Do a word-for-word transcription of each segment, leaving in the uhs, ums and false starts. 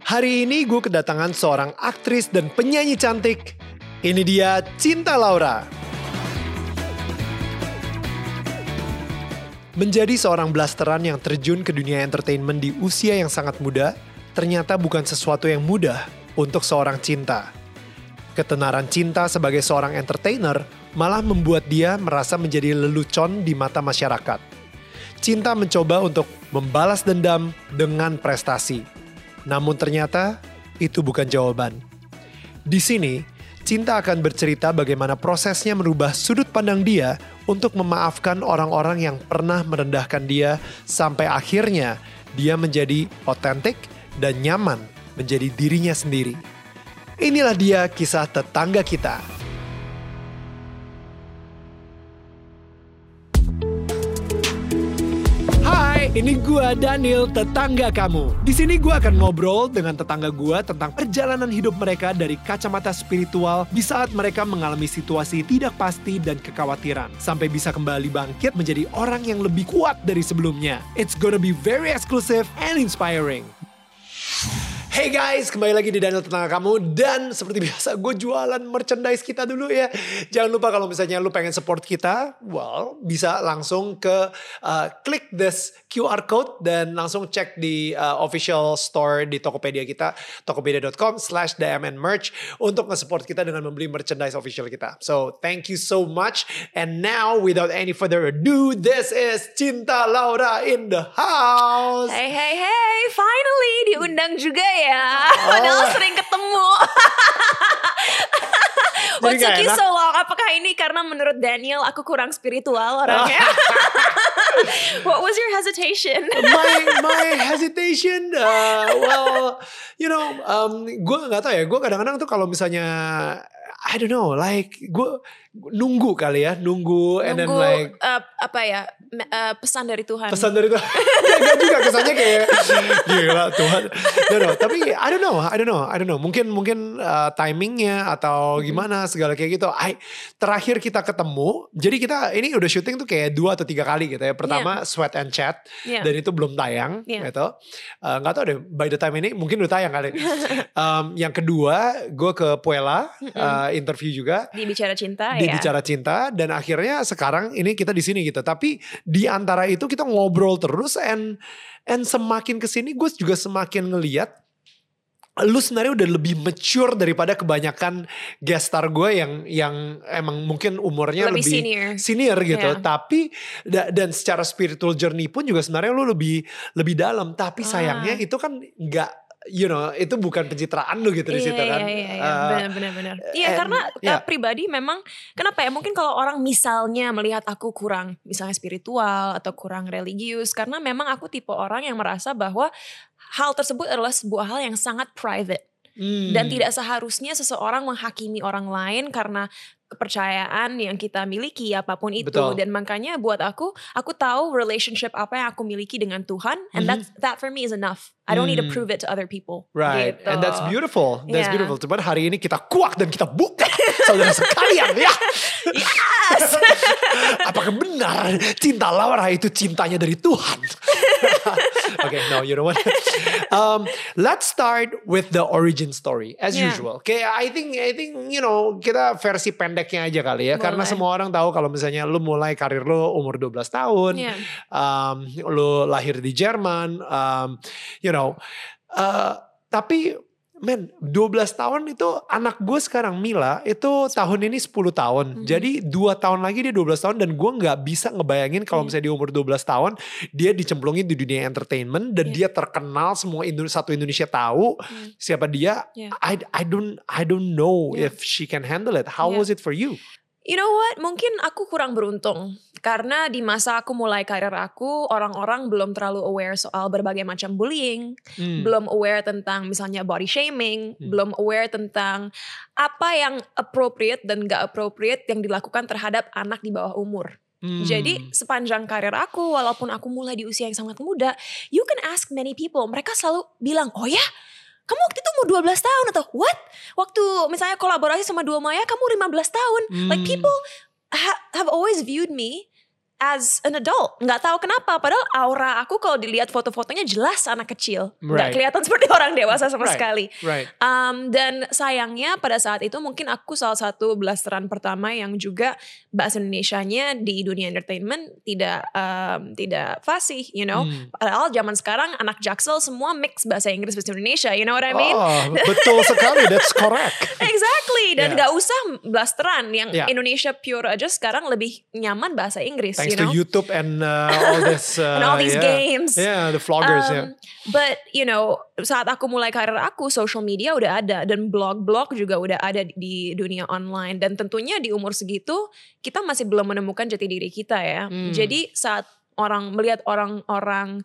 Hari ini gue kedatangan seorang aktris dan penyanyi cantik. Ini dia Cinta Laura. Menjadi seorang blasteran yang terjun ke dunia entertainment di usia yang sangat muda, ternyata bukan sesuatu yang mudah untuk seorang Cinta. Ketenaran Cinta sebagai seorang entertainer malah membuat dia merasa menjadi lelucon di mata masyarakat. Cinta mencoba untuk membalas dendam dengan prestasi. Namun ternyata itu bukan jawaban. Di sini, Cinta akan bercerita bagaimana prosesnya merubah sudut pandang dia untuk memaafkan orang-orang yang pernah merendahkan dia sampai akhirnya dia menjadi otentik dan nyaman menjadi dirinya sendiri. Inilah dia kisah tetangga kita. Ini gua Daniel, tetangga kamu. Di sini gua akan ngobrol dengan tetangga gua tentang perjalanan hidup mereka dari kacamata spiritual di saat mereka mengalami situasi tidak pasti dan kekhawatiran, sampai bisa kembali bangkit menjadi orang yang lebih kuat dari sebelumnya. It's gonna be very exclusive and inspiring. Hey guys, kembali lagi di Daniel Tetangga Kamu. Dan seperti biasa gue jualan merchandise kita dulu ya. Jangan lupa kalau misalnya lu pengen support kita, well bisa langsung ke uh, klik this Q R code dan langsung cek di uh, official store di Tokopedia kita, tokopedia.com slash dmnmerch untuk nge-support kita dengan membeli merchandise official kita. So thank you so much. And now without any further ado, this is Cinta Laura in the house. Hey hey hey, finally diundang juga ya. Padahal oh. sering ketemu. What took you so long? Apakah ini karena menurut Daniel aku kurang spiritual orangnya? What was your hesitation? my my hesitation, uh, well, you know, um, gue nggak tahu ya. Gue kadang-kadang tuh kalau misalnya, I don't know, like gue nunggu kali ya, nunggu, nunggu and then like uh, apa ya, uh, pesan dari Tuhan. Pesan dari Tuhan. Gak juga kesannya kayak gila Tuhan. No, no, tapi I don't know, I don't know, I don't know. Mungkin mungkin uh, timingnya atau gimana segala kayak gitu. I, terakhir kita ketemu, jadi kita ini udah syuting tuh kayak dua atau tiga kali gitu ya. Pertama yeah. Sweat and Chat, yeah. dan itu belum tayang yeah. gitu. Uh, gak tau deh, by the time ini mungkin udah tayang kali. um, yang kedua, gue ke Puella, uh, interview juga. Di Bicara Cinta di ya. Bicara Cinta, dan akhirnya sekarang ini kita di sini gitu. Tapi di antara itu kita ngobrol terus, and and semakin kesini gue juga semakin ngeliat lu sebenarnya udah lebih mature daripada kebanyakan guest star gue yang yang emang mungkin umurnya lebih, lebih senior, senior gitu. Yeah. Tapi dan secara spiritual journey pun juga sebenarnya lu lebih lebih dalam. Tapi sayangnya ah. itu kan nggak, you know, itu bukan pencitraan lu gitu di situ kan. Iya, iya, iya. Benar-benar. Iya, karena yeah. pribadi memang, kenapa ya, mungkin kalau orang misalnya melihat aku kurang misalnya spiritual atau kurang religius, karena memang aku tipe orang yang merasa bahwa hal tersebut adalah sebuah hal yang sangat private. Hmm. Dan tidak seharusnya seseorang menghakimi orang lain karena kepercayaan yang kita miliki apapun itu. Betul. Dan makanya buat aku, aku tahu relationship apa yang aku miliki dengan Tuhan, and mm-hmm. that that for me is enough. I don't mm. need to prove it to other people. Right, gitu. And that's beautiful. That's yeah. beautiful. Cuman hari ini kita kuak dan kita buka saudara sekalian ya. Yes. Apakah benar Cinta Laura itu cintanya dari Tuhan? Okay, no, you know what? Um, let's start with the origin story as yeah. usual. Okay, I think, I think, you know, kita versi pendeknya aja kali ya. Boleh. Karena semua orang tahu kalau misalnya lu mulai karir lu umur dua belas tahun, yeah. um, lu lahir di Jerman, um, you know, uh, tapi men, dua belas tahun itu anak gue sekarang Mila itu tahun ini sepuluh tahun. Mm-hmm. Jadi dua tahun lagi dia dua belas tahun, dan gue gak bisa ngebayangin kalau misalnya di umur dua belas tahun dia dicemplungin di dunia entertainment dan yeah. dia terkenal, semua Indonesia, satu Indonesia tahu mm. siapa dia. Yeah. I I don't I don't know yeah. if she can handle it. How yeah. was it for you? You know what? Mungkin aku kurang beruntung. Karena di masa aku mulai karir aku, orang-orang belum terlalu aware soal berbagai macam bullying. Hmm. Belum aware tentang misalnya body shaming. Hmm. Belum aware tentang apa yang appropriate dan gak appropriate yang dilakukan terhadap anak di bawah umur. Hmm. Jadi sepanjang karir aku, walaupun aku mulai di usia yang sangat muda, you can ask many people. Mereka selalu bilang, oh ya? Kamu waktu itu umur dua belas tahun atau what? Waktu misalnya kolaborasi sama Dua Maya kamu lima belas tahun. Hmm. Like people ha- have always viewed me as an adult. Nggak tahu kenapa. Padahal aura aku kalau dilihat foto-fotonya jelas anak kecil. Nggak Right. kelihatan seperti orang dewasa sama Right. sekali. Right. Um, dan sayangnya pada saat itu mungkin aku salah satu blasteran pertama yang juga bahasa Indonesianya di dunia entertainment tidak um, tidak fasih, you know. Hmm. Padahal zaman sekarang anak Jaksel semua mix bahasa Inggris bahasa Indonesia, you know what I mean? Oh, betul sekali. That's correct. Exactly. Dan Yeah. gak usah blasteran. Yang Yeah. Indonesia pure aja sekarang lebih nyaman bahasa Inggris. Thanks you to know? YouTube and uh, all this uh, And all these yeah. games. Yeah, the vloggers. Um, yeah. But you know, saat aku mulai karir aku, social media udah ada dan blog-blog juga udah ada di, di dunia online. Dan tentunya di umur segitu kita masih belum menemukan jati diri kita ya. Hmm. Jadi saat orang melihat orang-orang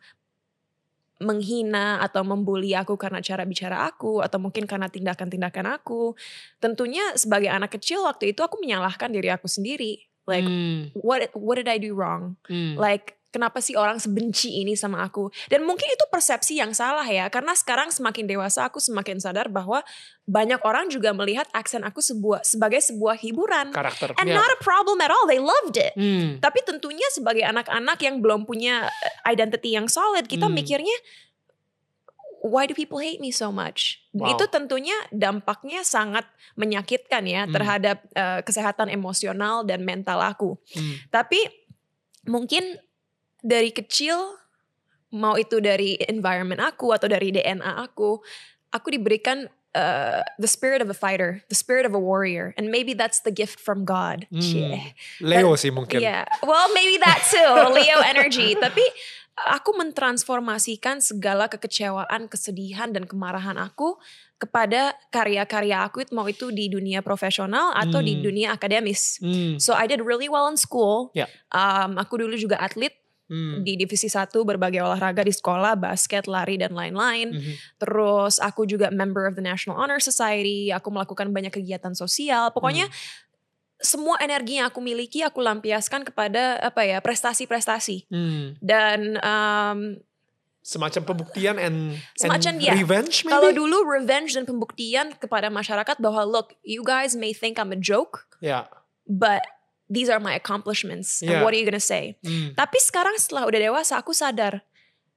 menghina atau membuli aku karena cara bicara aku atau mungkin karena tindakan-tindakan aku, tentunya sebagai anak kecil waktu itu aku menyalahkan diri aku sendiri. Like Hmm. what what did I do wrong? Hmm. Like kenapa sih orang sebenci ini sama aku? Dan mungkin itu persepsi yang salah ya, karena sekarang semakin dewasa aku semakin sadar bahwa banyak orang juga melihat aksen aku sebuah sebagai sebuah hiburan. Karakter. And yeah. not a problem at all, they loved it. Hmm. Tapi tentunya sebagai anak-anak yang belum punya identity yang solid, kita Hmm. mikirnya why do people hate me so much? Wow. Itu tentunya dampaknya sangat menyakitkan ya Hmm. terhadap uh, kesehatan emosional dan mental aku. Hmm. Tapi mungkin dari kecil, mau itu dari environment aku atau dari D N A aku, aku diberikan uh, the spirit of a fighter, the spirit of a warrior, and maybe that's the gift from God. Hmm. Cie. Leo sih mungkin. Yeah, well maybe that too, Leo energy. Tapi aku mentransformasikan segala kekecewaan, kesedihan, dan kemarahan aku kepada karya-karya aku, mau itu di dunia profesional atau di Hmm. dunia akademis. Hmm. So I did really well in school. Yeah. Um, aku dulu juga atlet Hmm. di divisi satu berbagai olahraga di sekolah, basket, lari, dan lain-lain. Mhm. Terus aku juga member of the National Honor Society. Aku melakukan banyak kegiatan sosial. Pokoknya Hmm. semua energi yang aku miliki aku lampiaskan kepada apa ya prestasi-prestasi. Hmm. Dan um, Semacam pembuktian and, Semacam, and yeah. revenge maybe? kalau dulu revenge dan pembuktian kepada masyarakat bahwa look, you guys may think I'm a joke, Ya. but these are my accomplishments. And Yeah. what are you gonna say? Hmm. Tapi sekarang setelah udah dewasa aku sadar,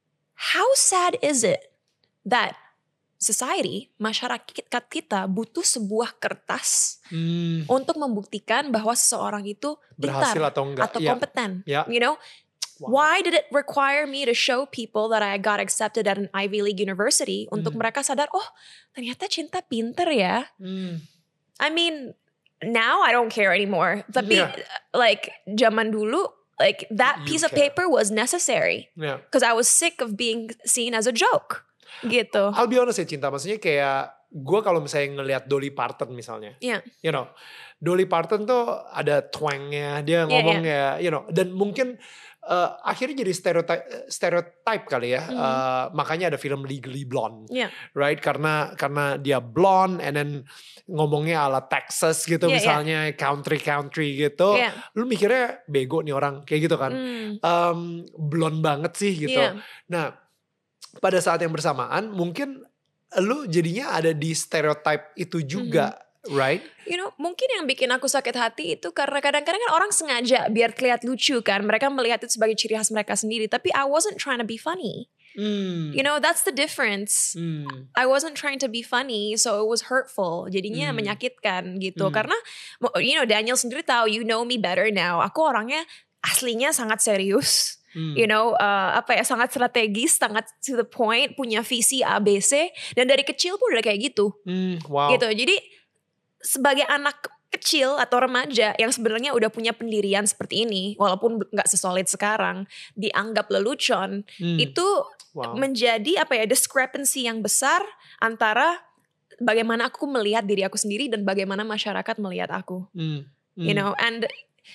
how sad is it that society, masyarakat kita butuh sebuah kertas Hmm. untuk membuktikan bahwa seseorang itu pintar Berhasil atau enggak? atau Ya. kompeten. Ya. You know, Wow. why did it require me to show people that I got accepted at an Ivy League university untuk Hmm. mereka sadar, oh ternyata Cinta pinter ya. Hmm. I mean, now I don't care anymore. Tapi Yeah. like zaman dulu, like that You piece of care. paper was necessary Ya. because I was sick of being seen as a joke. Gitu. I'll be honest ya Cinta, maksudnya kayak gue kalau misalnya ngelihat Dolly Parton misalnya, Iya. you know, Dolly Parton tuh ada twangnya, dia Iya, ngomongnya, you know, dan mungkin uh, akhirnya jadi stereotype, stereotype kali ya, Mhm. uh, makanya ada film Legally Blonde, Iya. right? Karena karena dia blonde, and then ngomongnya ala Texas gitu Iya, iya. misalnya, country country gitu, Iya. lu mikirnya bego nih orang kayak gitu kan, Hmm. um, blonde banget sih gitu. Iya. Nah, pada saat yang bersamaan mungkin lu jadinya ada di stereotype itu juga, right? You know, mungkin yang bikin aku sakit hati itu karena kadang-kadang kan orang sengaja biar terlihat lucu kan. Mereka melihat itu sebagai ciri khas mereka sendiri. Tapi I wasn't trying to be funny. Hmm. You know, that's the difference. Hmm. I wasn't trying to be funny, so it was hurtful. Jadinya Hmm. menyakitkan gitu. Hmm. Karena, you know, Daniel sendiri tahu, you know me better now. Aku orangnya aslinya sangat serius. Hmm. You know, uh, apa ya, sangat strategis, sangat to the point, punya visi A B C. Dan dari kecil pun udah kayak gitu. Hmm. Wow. Gitu. Jadi sebagai anak kecil atau remaja yang sebenarnya udah punya pendirian seperti ini, walaupun nggak sesolid sekarang, dianggap lelucon, Hmm. itu Wow. menjadi apa ya, discrepancy yang besar antara bagaimana aku melihat diri aku sendiri dan bagaimana masyarakat melihat aku. Hmm. Hmm. You know, and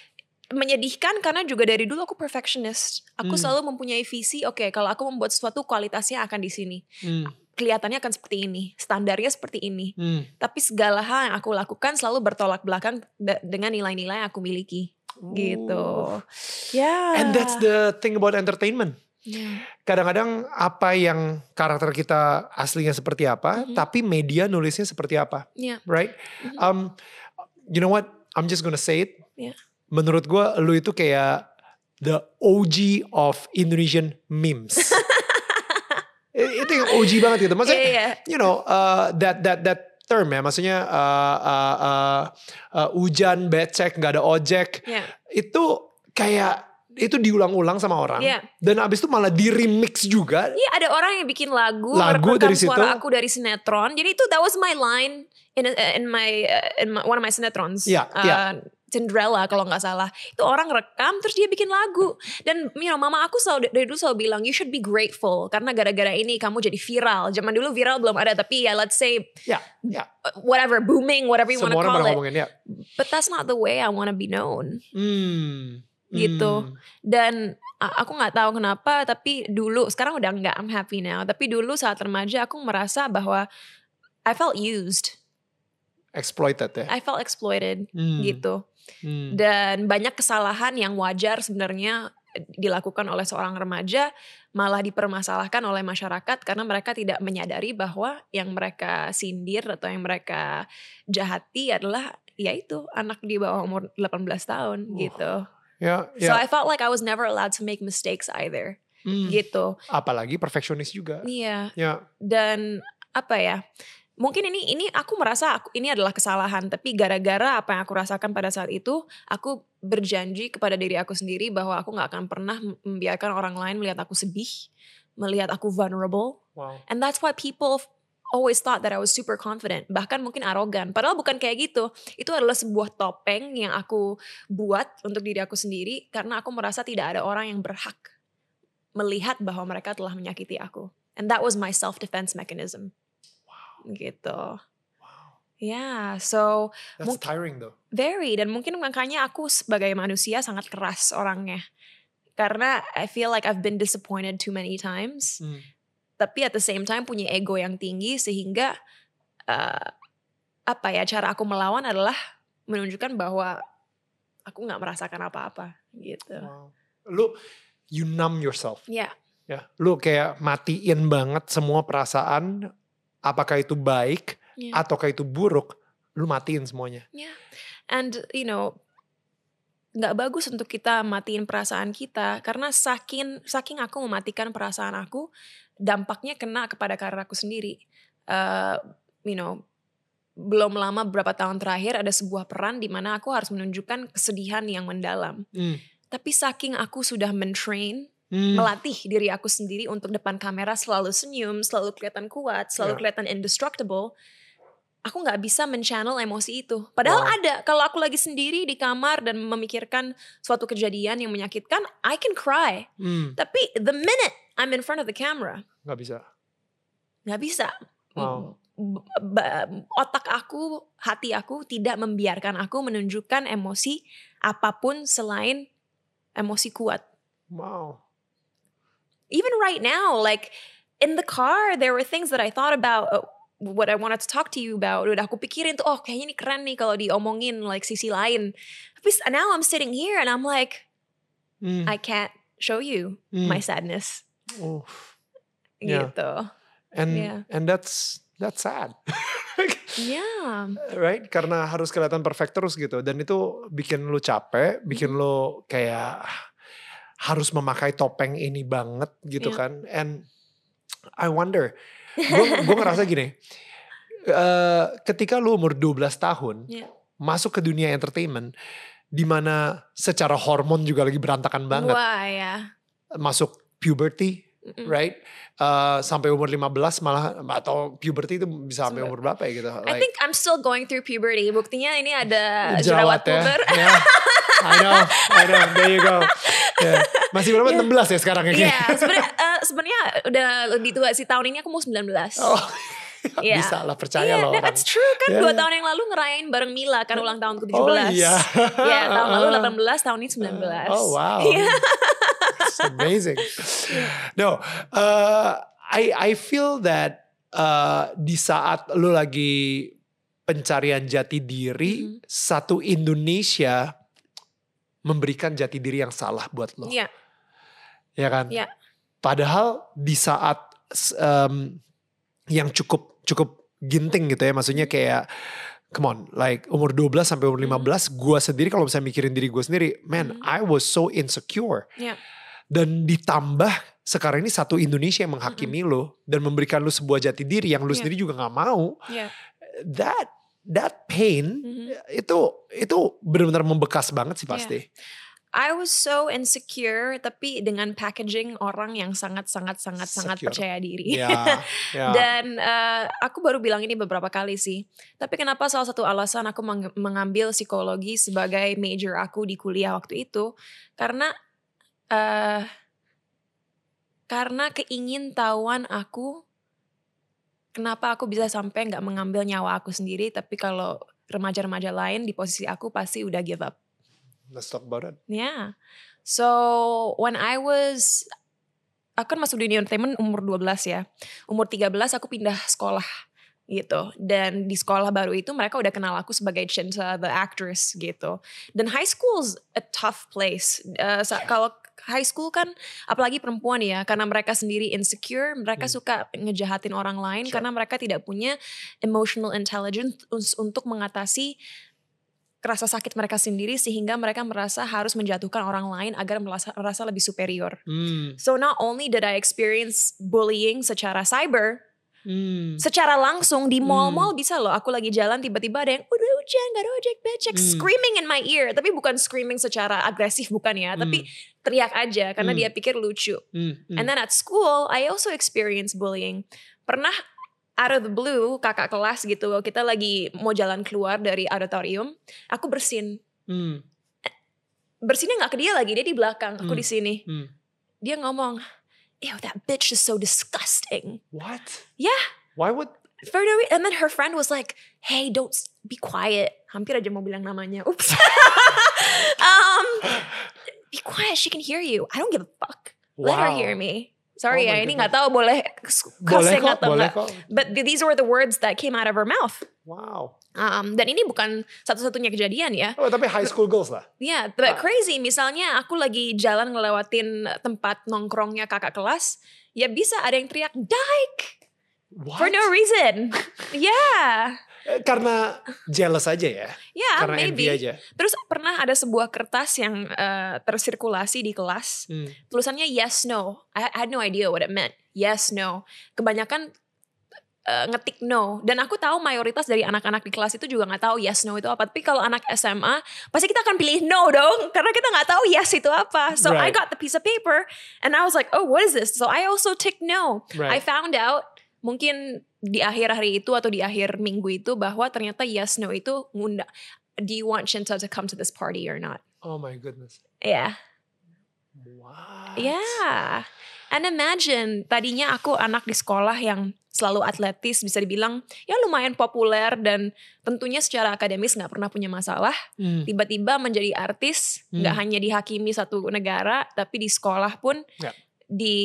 menyedihkan karena juga dari dulu aku perfectionist. Aku Hmm. selalu mempunyai visi, oke, kalau aku membuat sesuatu kualitasnya akan di sini. Hmm. Kelihatannya akan seperti ini, standarnya seperti ini. Hmm. Tapi segala hal yang aku lakukan selalu bertolak belakang da- dengan nilai-nilai yang aku miliki. Gitu. Ya. And that's the thing about entertainment. Yeah. Kadang-kadang apa yang karakter kita aslinya seperti apa, Mhm. tapi media nulisnya seperti apa, Yeah. right? Mhm. Um, you know what? I'm just gonna say it. Yeah. Menurut gue, lu itu kayak the O G of Indonesian memes. Itu yang O G banget gitu. Maksudnya, yeah, yeah. you know, uh, that that that term ya, maksudnya uh, uh, uh, uh, hujan, becek, nggak ada ojek, yeah. itu kayak itu diulang-ulang sama orang, yeah. dan abis itu malah di remix juga. Iya, yeah, ada orang yang bikin lagu, lagu dari situ. Suara aku dari sinetron. Jadi itu that was my line in in my in my, one of my sinetrons. Yeah, uh, yeah. Cinderella kalau nggak salah, itu orang rekam terus dia bikin lagu. Dan you know, mama aku selalu dari dulu selalu bilang you should be grateful karena gara-gara ini kamu jadi viral. Zaman dulu viral belum ada, tapi ya let's say yeah, yeah. whatever, booming, whatever you want to call it. Ngomongin, yeah. But that's not the way I want to be known. Hmm. Gitu. Hmm. Dan aku nggak tahu kenapa, tapi dulu, sekarang udah nggak, I'm happy now. Tapi dulu saat remaja aku merasa bahwa I felt used. Exploited ya. I felt exploited hmm. gitu. Hmm. Dan banyak kesalahan yang wajar sebenarnya dilakukan oleh seorang remaja malah dipermasalahkan oleh masyarakat karena mereka tidak menyadari bahwa yang mereka sindir atau yang mereka jahati adalah yaitu anak di bawah umur delapan belas tahun uh. gitu. Yeah, yeah. So I felt like I was never allowed to make mistakes either. Hmm. Gitu. Apalagi perfeksionis juga. Iya. Yeah. Dan apa ya? Mungkin ini ini aku merasa aku, ini adalah kesalahan, tapi gara-gara apa yang aku rasakan pada saat itu, aku berjanji kepada diri aku sendiri bahwa aku nggak akan pernah membiarkan orang lain melihat aku sedih, melihat aku vulnerable. Wow. And that's why people always thought that I was super confident, bahkan mungkin arogan. Padahal bukan kayak gitu. Itu adalah sebuah topeng yang aku buat untuk diri aku sendiri karena aku merasa tidak ada orang yang berhak melihat bahwa mereka telah menyakiti aku. And that was my self-defense mechanism. Gitu. Wow. Yeah, so that's tiring though. Very, dan mungkin makanya aku sebagai manusia sangat keras orangnya. Karena I feel like I've been disappointed too many times. Hmm. Tapi at the same time punya ego yang tinggi sehingga uh, apa ya, cara aku melawan adalah menunjukkan bahwa aku nggak merasakan apa-apa gitu. Wow. Lu you numb yourself. Yeah. Ya, lu kayak matiin banget semua perasaan. Apakah itu baik yeah. ataukah itu buruk, lu matiin semuanya. Yeah. And you know, nggak bagus untuk kita matiin perasaan kita karena saking saking aku mematikan perasaan aku, dampaknya kena kepada karir aku sendiri. Uh, you know, belum lama beberapa tahun terakhir ada sebuah peran di mana aku harus menunjukkan kesedihan yang mendalam. Mm. Tapi saking aku sudah mentrain. Hmm. Melatih diri aku sendiri untuk depan kamera selalu senyum, selalu kelihatan kuat, selalu yeah. kelihatan indestructible. Aku gak bisa men-channel emosi itu. Padahal wow. ada, kalau aku lagi sendiri di kamar dan memikirkan suatu kejadian yang menyakitkan, I can cry. Hmm. Tapi the minute I'm in front of the camera, gak bisa. Gak bisa. Wow. Otak aku, hati aku tidak membiarkan aku menunjukkan emosi apapun selain emosi kuat. Wow. Even right now, like in the car, there were things that I thought about, uh, what I wanted to talk to you about. Udah aku pikirin tuh, oh kayaknya ini keren nih kalau diomongin like sisi lain. Tapi now I'm sitting here and I'm like, mm. I can't show you mm. my sadness. Oh. Gitu. Yeah. And yeah. and that's that's sad. Yeah. Right? Karena harus kelihatan perfect terus gitu. Dan itu bikin lu capek, bikin mm. lu kayak harus memakai topeng ini banget gitu yeah. kan. And I wonder, gue ngerasa gini, uh, ketika lu umur dua belas tahun, yeah. masuk ke dunia entertainment, dimana secara hormon juga lagi berantakan banget. Wah ya. Masuk puberty, mm-mm. right? Uh, sampai umur lima belas malah, atau puberty itu bisa sampai umur berapa ya gitu. Like, I think I'm still going through puberty. Buktinya ini ada jerawat, jerawat puber. Ya. Yeah. I know, I know, there you go. Yeah. Masih berapa? Yeah. enam belas ya sekarang ya? Iya, yeah, sebenarnya uh, sebenarnya udah lebih tua sih, tahun ini aku mau sembilan belas. Oh, yeah. Bisa lah, percaya yeah, loh. That's true kan, yeah. dua tahun yang lalu ngerayain bareng Mila kan ulang tahun ke tujuh belas. Oh iya. Yeah. yeah, tahun lalu delapan belas, tahun ini sembilan belas. Oh wow. Yeah. It's amazing. No, uh, I I feel that uh, di saat lu lagi pencarian jati diri, mm-hmm. satu Indonesia memberikan jati diri yang salah buat lo. Iya. Ya kan? Iya. Padahal di saat um, yang cukup cukup ginting gitu ya, maksudnya kayak come on, like umur dua belas sampai umur lima belas, mm. gue sendiri kalau misalnya mikirin diri gue sendiri, man, mm. I was so insecure. Yeah. Dan ditambah sekarang ini satu Indonesia yang menghakimi mm-hmm. lo dan memberikan lo sebuah jati diri yang lo yeah. sendiri juga nggak mau. Yeah. That that pain mm-hmm. itu itu benar-benar membekas banget sih pasti. Yeah. I was so insecure, tapi dengan packaging orang yang sangat-sangat-sangat-sangat percaya diri. Yeah, yeah. Dan uh, aku baru bilang ini beberapa kali sih. Tapi kenapa salah satu alasan aku meng- mengambil psikologi sebagai major aku di kuliah waktu itu, karena uh, karena keingintahuan aku, kenapa aku bisa sampai nggak mengambil nyawa aku sendiri, tapi kalau remaja-remaja lain di posisi aku pasti udah give up. Let's talk about it. Yeah. So when I was, aku kan masuk dunia entertainment umur dua belas ya. Umur tiga belas aku pindah sekolah gitu. Dan di sekolah baru itu mereka udah kenal aku sebagai Cinta the actress gitu. Dan high school's a tough place. Uh, kalau high school kan apalagi perempuan ya, karena mereka sendiri insecure, mereka hmm. suka ngejahatin orang lain sure. karena mereka tidak punya emotional intelligence untuk mengatasi rasa sakit mereka sendiri, sehingga mereka merasa harus menjatuhkan orang lain agar merasa, merasa lebih superior. Mm. So not only did I experience bullying secara cyber, mm. secara langsung di mall-mall mm. bisa loh. Aku lagi jalan tiba-tiba ada yang udah hujan, gak ada ojek becek, mm. screaming in my ear. Tapi bukan screaming secara agresif, bukan ya. Mm. Tapi teriak aja karena mm. dia pikir lucu. Mm. Mm. And then at school, I also experienced bullying. Pernah out of the blue, kakak kelas gitu, kita lagi mau jalan keluar dari auditorium, aku bersin. Hmm. Bersinnya gak ke dia lagi, dia di belakang, aku hmm. di sini. Hmm. Dia ngomong, ew, that bitch is so disgusting. What? Yeah. Why would? For no reason. And then her friend was like, hey, don't be quiet. Hampir aja mau bilang namanya. Oops. um, be quiet, she can hear you. I don't give a fuck. Wow. Let her hear me. Sorry oh ya, ini gak tahu boleh cussing atau enggak. But these were the words that came out of her mouth. Wow. Um, dan ini bukan satu-satunya kejadian ya. Oh, tapi high school girls lah. Yeah, but ah. crazy. Misalnya aku lagi jalan ngelewatin tempat nongkrongnya kakak kelas, ya bisa ada yang teriak, Dyke! What? For no reason. Yeah. Karena jealous aja ya? Yeah, karena maybe. envy aja. Terus pernah ada sebuah kertas yang uh, tersirkulasi di kelas. Hmm. Tulisannya yes, no. I, I had no idea what it meant. Yes, no. Kebanyakan uh, ngetik no. Dan aku tahu mayoritas dari anak-anak di kelas itu juga gak tahu yes, no itu apa. Tapi kalau anak S M A, pasti kita akan pilih no dong. Karena kita gak tahu yes itu apa. So right. I got the piece of paper and I was like, oh, what is this? So I also ticked no. Right. I found out mungkin di akhir hari itu atau di akhir minggu itu bahwa ternyata yes no itu ngundang, do you want Cinta to come to this party or not? Oh my goodness. Yeah. What? Yeah. And imagine tadinya aku anak di sekolah yang selalu atletis, bisa dibilang ya lumayan populer dan tentunya secara akademis gak pernah punya masalah. Hmm. Tiba-tiba menjadi artis, hmm. gak hanya dihakimi satu negara, tapi di sekolah pun yeah. di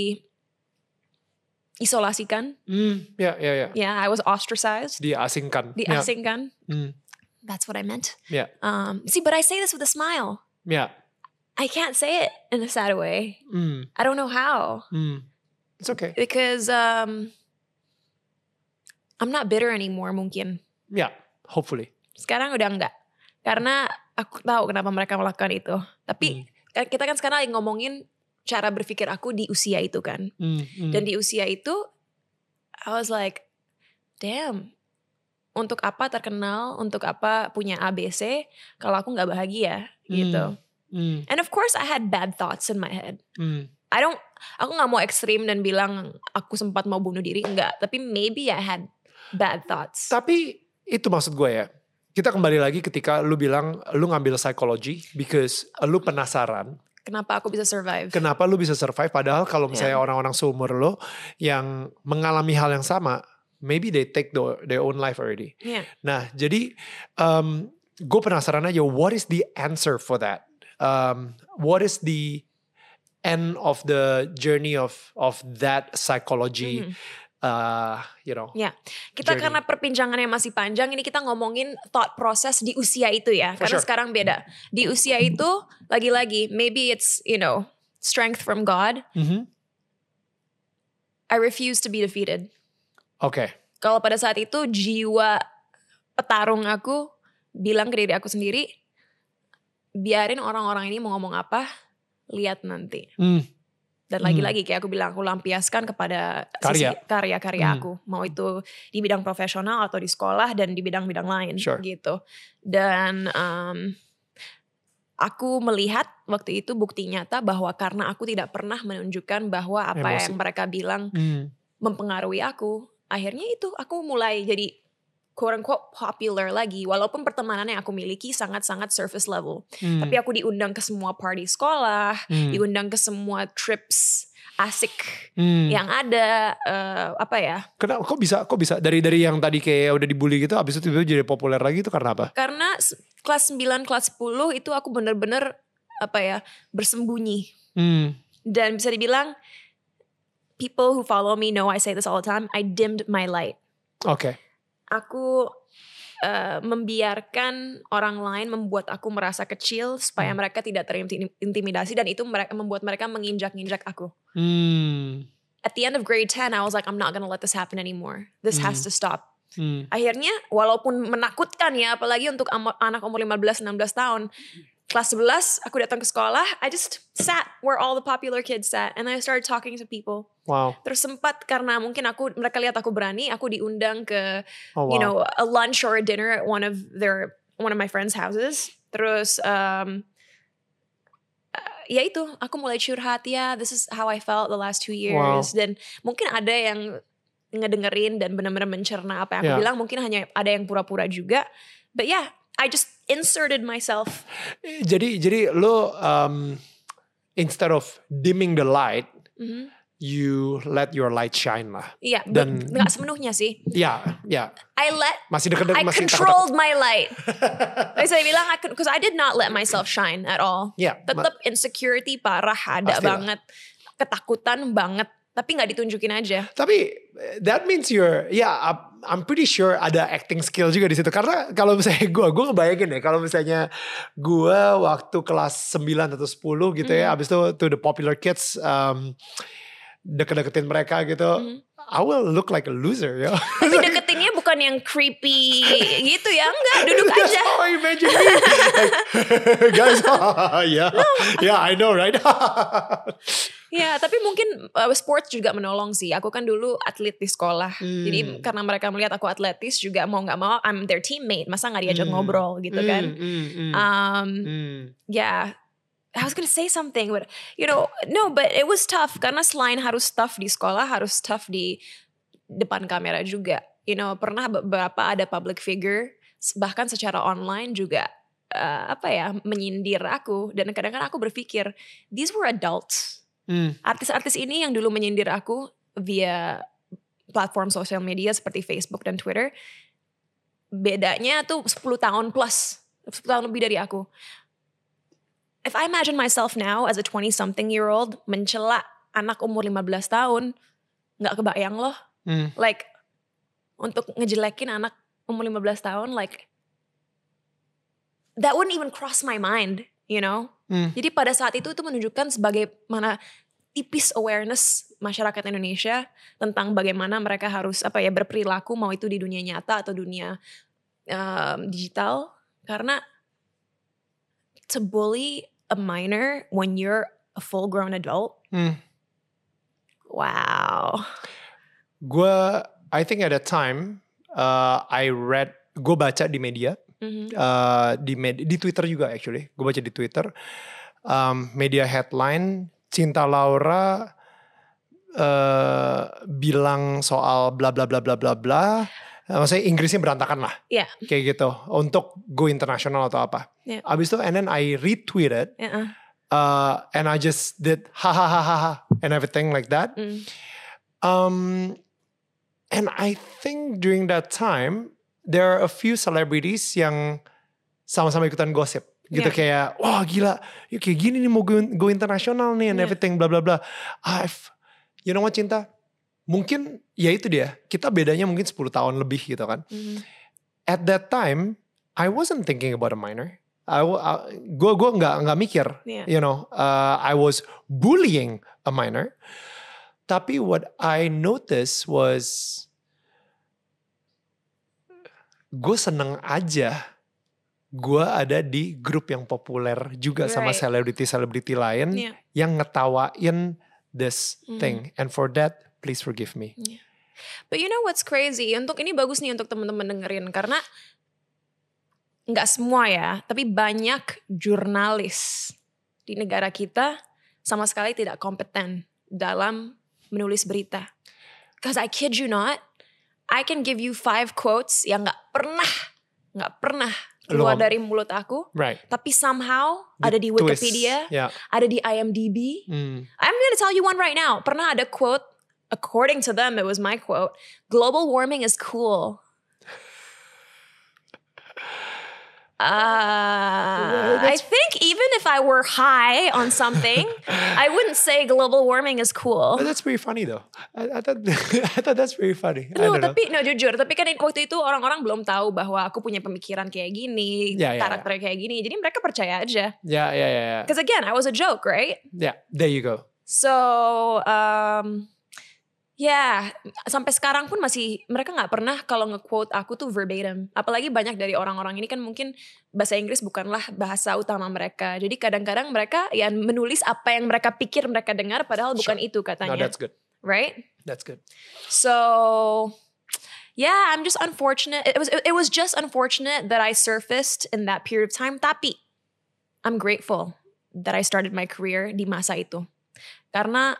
isolasikan. Mm, yeah, yeah, yeah. Yeah, I was ostracized. Diasingkan. Diasingkan. Yeah. Mm. That's what I meant. Yeah. Um, see, but I say this with a smile. Yeah. I can't say it in a sad way. Mm. I don't know how. Mm. It's okay. Because um, I'm not bitter anymore mungkin. Yeah, hopefully. Sekarang udah enggak. Karena aku tahu kenapa mereka melakukan itu. Tapi mm. kita kan sekarang lagi ngomongin cara berpikir aku di usia itu kan. Mm, mm. Dan di usia itu, I was like, damn, untuk apa terkenal, untuk apa punya A B C, kalau aku gak bahagia mm, gitu. Mm. And of course I had bad thoughts in my head. Mm. I don't, aku gak mau ekstrim dan bilang aku sempat mau bunuh diri, enggak. Tapi maybe I had bad thoughts. Tapi itu maksud gue ya. Kita kembali lagi ketika lu bilang lu ngambil psikologi because lu penasaran. Kenapa aku bisa survive? Kenapa lu bisa survive? Padahal kalau misalnya yeah. orang-orang seumur lo yang mengalami hal yang sama, maybe they take the, their own life already. Yeah. Nah, jadi um, gue penasaran aja, what is the answer for that? Um, what is the end of the journey of of that psychology? Mm-hmm. Uh, you know. Ya, kita journey. Karena perbincangannya masih panjang, ini kita ngomongin thought process di usia itu ya. For karena sure. Sekarang beda. Di usia itu, lagi-lagi, maybe it's, you know, strength from God. Mm-hmm. I refuse to be defeated. Oke. Okay. Kalau pada saat itu jiwa petarung aku bilang ke diri aku sendiri, biarin orang-orang ini mau ngomong apa, lihat nanti. Hmm. Dan lagi-lagi kayak aku bilang, aku lampiaskan kepada Karya. sisi karya-karya hmm. aku. Mau itu di bidang profesional atau di sekolah dan di bidang-bidang lain sure. gitu. Dan um, aku melihat waktu itu bukti nyata bahwa karena aku tidak pernah menunjukkan bahwa apa Emosi. yang mereka bilang hmm. mempengaruhi aku. Akhirnya itu aku mulai jadi quote unquote popular lagi, walaupun pertemanan yang aku miliki sangat-sangat surface level. Hmm. Tapi aku diundang ke semua party sekolah, hmm. diundang ke semua trips asik hmm. yang ada, uh, apa ya? Kenapa? Kok bisa? Kok bisa? Dari dari yang tadi kayak udah dibully gitu, abis itu tiba-tiba jadi populer lagi itu karena apa? Karena kelas sembilan, kelas sepuluh itu aku bener-bener apa ya bersembunyi. Hmm. Dan bisa dibilang people who follow me know I say this all the time. I dimmed my light. Oke. Okay. Aku uh, membiarkan orang lain membuat aku merasa kecil supaya hmm. mereka tidak terintimidasi dan itu mereka membuat mereka menginjak-injak aku. Hmm. At the end of grade ten, I was like, I'm not gonna let this happen anymore. This hmm. has to stop. Hmm. Akhirnya, walaupun menakutkan ya, apalagi untuk am- anak umur lima belas enam belas tahun, kelas sebelas aku datang ke sekolah, I just sat where all the popular kids sat and I started talking to people. Wow. Terus sempat karena mungkin aku mereka lihat aku berani, aku diundang ke oh, wow. you know a lunch or a dinner at one of their one of my friends' houses. Terus um, uh, ya itu aku mulai curhat ya, this is how I felt the last two years. Wow. Dan mungkin ada yang ngedengerin dan benar-benar mencerna apa yang aku yeah. bilang, mungkin hanya ada yang pura-pura juga. But yeah, I just inserted myself. Jadi jadi lo um, instead of dimming the light, mm-hmm. you let your light shine lah. Iya, dan nggak sepenuhnya sih. Iya, iya. I let, masih deket, I masih controlled takut, my light. Saya bilang, because I did not let myself shine at all. Yeah, tetap ma- insecurity parah ada pastilah. Banget, ketakutan banget. Tapi nggak ditunjukin aja. Tapi that means you're, ya yeah, I'm pretty sure ada acting skill juga di situ. Karena kalau misalnya gue, gue ngebayangin ya, kalau misalnya gue waktu kelas sembilan atau sepuluh gitu mm-hmm. ya, abis itu to the popular kids, um, deket-deketin mereka gitu, mm-hmm. I will look like a loser ya. Tapi deketinnya bukan yang creepy gitu ya, enggak, duduk aja. That's how I imagine me. Like, guys, yeah, no. yeah, I know, right? Ya, tapi mungkin uh, sports juga menolong sih. Aku kan dulu atlet di sekolah. Hmm. Jadi karena mereka melihat aku atletis juga mau gak mau, I'm their teammate. Masa gak diajak hmm. ngobrol gitu hmm. kan. Hmm. Hmm. Um, hmm. Ya, yeah, I was gonna say something. But, you know, no, but it was tough. Karena selain harus tough di sekolah, harus tough di depan kamera juga. You know, pernah beberapa ada public figure, bahkan secara online juga, uh, apa ya, menyindir aku. Dan kadang-kadang aku berpikir, these were adults. Hmm. Artis-artis ini yang dulu menyindir aku via platform sosial media seperti Facebook dan Twitter, bedanya tuh sepuluh tahun plus, sepuluh tahun lebih dari aku. If I imagine myself now as a twenty something year old mencela anak umur lima belas tahun, gak kebayang loh. Hmm. Like untuk ngejelekin anak umur lima belas tahun, like that wouldn't even cross my mind, you know. Hmm. Jadi pada saat itu itu menunjukkan sebagaimana tipis awareness masyarakat Indonesia tentang bagaimana mereka harus apa ya berperilaku, mau itu di dunia nyata atau dunia um, digital. Karena to bully a minor when you're a full grown adult, hmm. wow. Gue, I think at a time uh, I read, gue baca di media. Mm-hmm. Uh, di med- di Twitter juga actually, gue baca di Twitter um, media headline Cinta Laura uh, bilang soal bla bla bla bla bla bla, uh, maksudnya Inggrisnya berantakan lah, yeah. kayak gitu untuk go international atau apa. Yeah. Abis itu and then I retweeted, uh-uh. uh, and I just did ha ha ha ha ha and everything like that. Mm. Um, and I think during that time there are a few celebrities yang sama-sama ikutan gosip gitu, yeah. kayak wah gila ya kayak gini nih mau go, go internasional nih and yeah. everything bla bla bla. I've you know what Cinta, mungkin ya itu dia, kita bedanya mungkin sepuluh tahun lebih gitu kan. Mm-hmm. At that time I wasn't thinking about a minor. I gue gue nggak nggak mikir, yeah. you know, uh, I was bullying a minor. Tapi what I noticed was gue seneng aja gue ada di grup yang populer juga right. sama selebriti-selebriti lain yeah. yang ngetawain this mm. thing. And for that, please forgive me. Yeah. But you know what's crazy? Untuk ini bagus nih untuk teman-teman dengerin. Karena gak semua ya, tapi banyak jurnalis di negara kita sama sekali tidak kompeten dalam menulis berita. Because I kid you not, I can give you five quotes yang gak pernah, gak pernah keluar dari mulut aku, right. tapi somehow di ada di Wikipedia, yeah. ada di I M D B. Mm. I'm gonna tell you one right now. Pernah ada quote, according to them, it was my quote, global warming is cool. Uh, I think even if I were high on something, I wouldn't say global warming is cool. But that's pretty funny though. I, I thought I thought that's pretty funny. No, tapi no jujur, tapi kan waktu itu orang-orang belum tahu bahwa aku punya pemikiran kayak gini, yeah, yeah, karakter yeah. kayak gini. Jadi mereka percaya aja. Yeah, yeah, yeah. Because yeah. again, I was a joke, right? Yeah, there you go. So, um, ya, yeah, sampai sekarang pun masih mereka nggak pernah kalau nge-quote aku tuh verbatim. Apalagi banyak dari orang-orang ini kan mungkin bahasa Inggris bukanlah bahasa utama mereka. Jadi kadang-kadang mereka ya menulis apa yang mereka pikir mereka dengar padahal bukan sure. itu katanya. No, that's good. Right? That's good. So, yeah, I'm just unfortunate. It was it was just unfortunate that I surfaced in that period of time. Tapi I'm grateful that I started my career di masa itu. Karena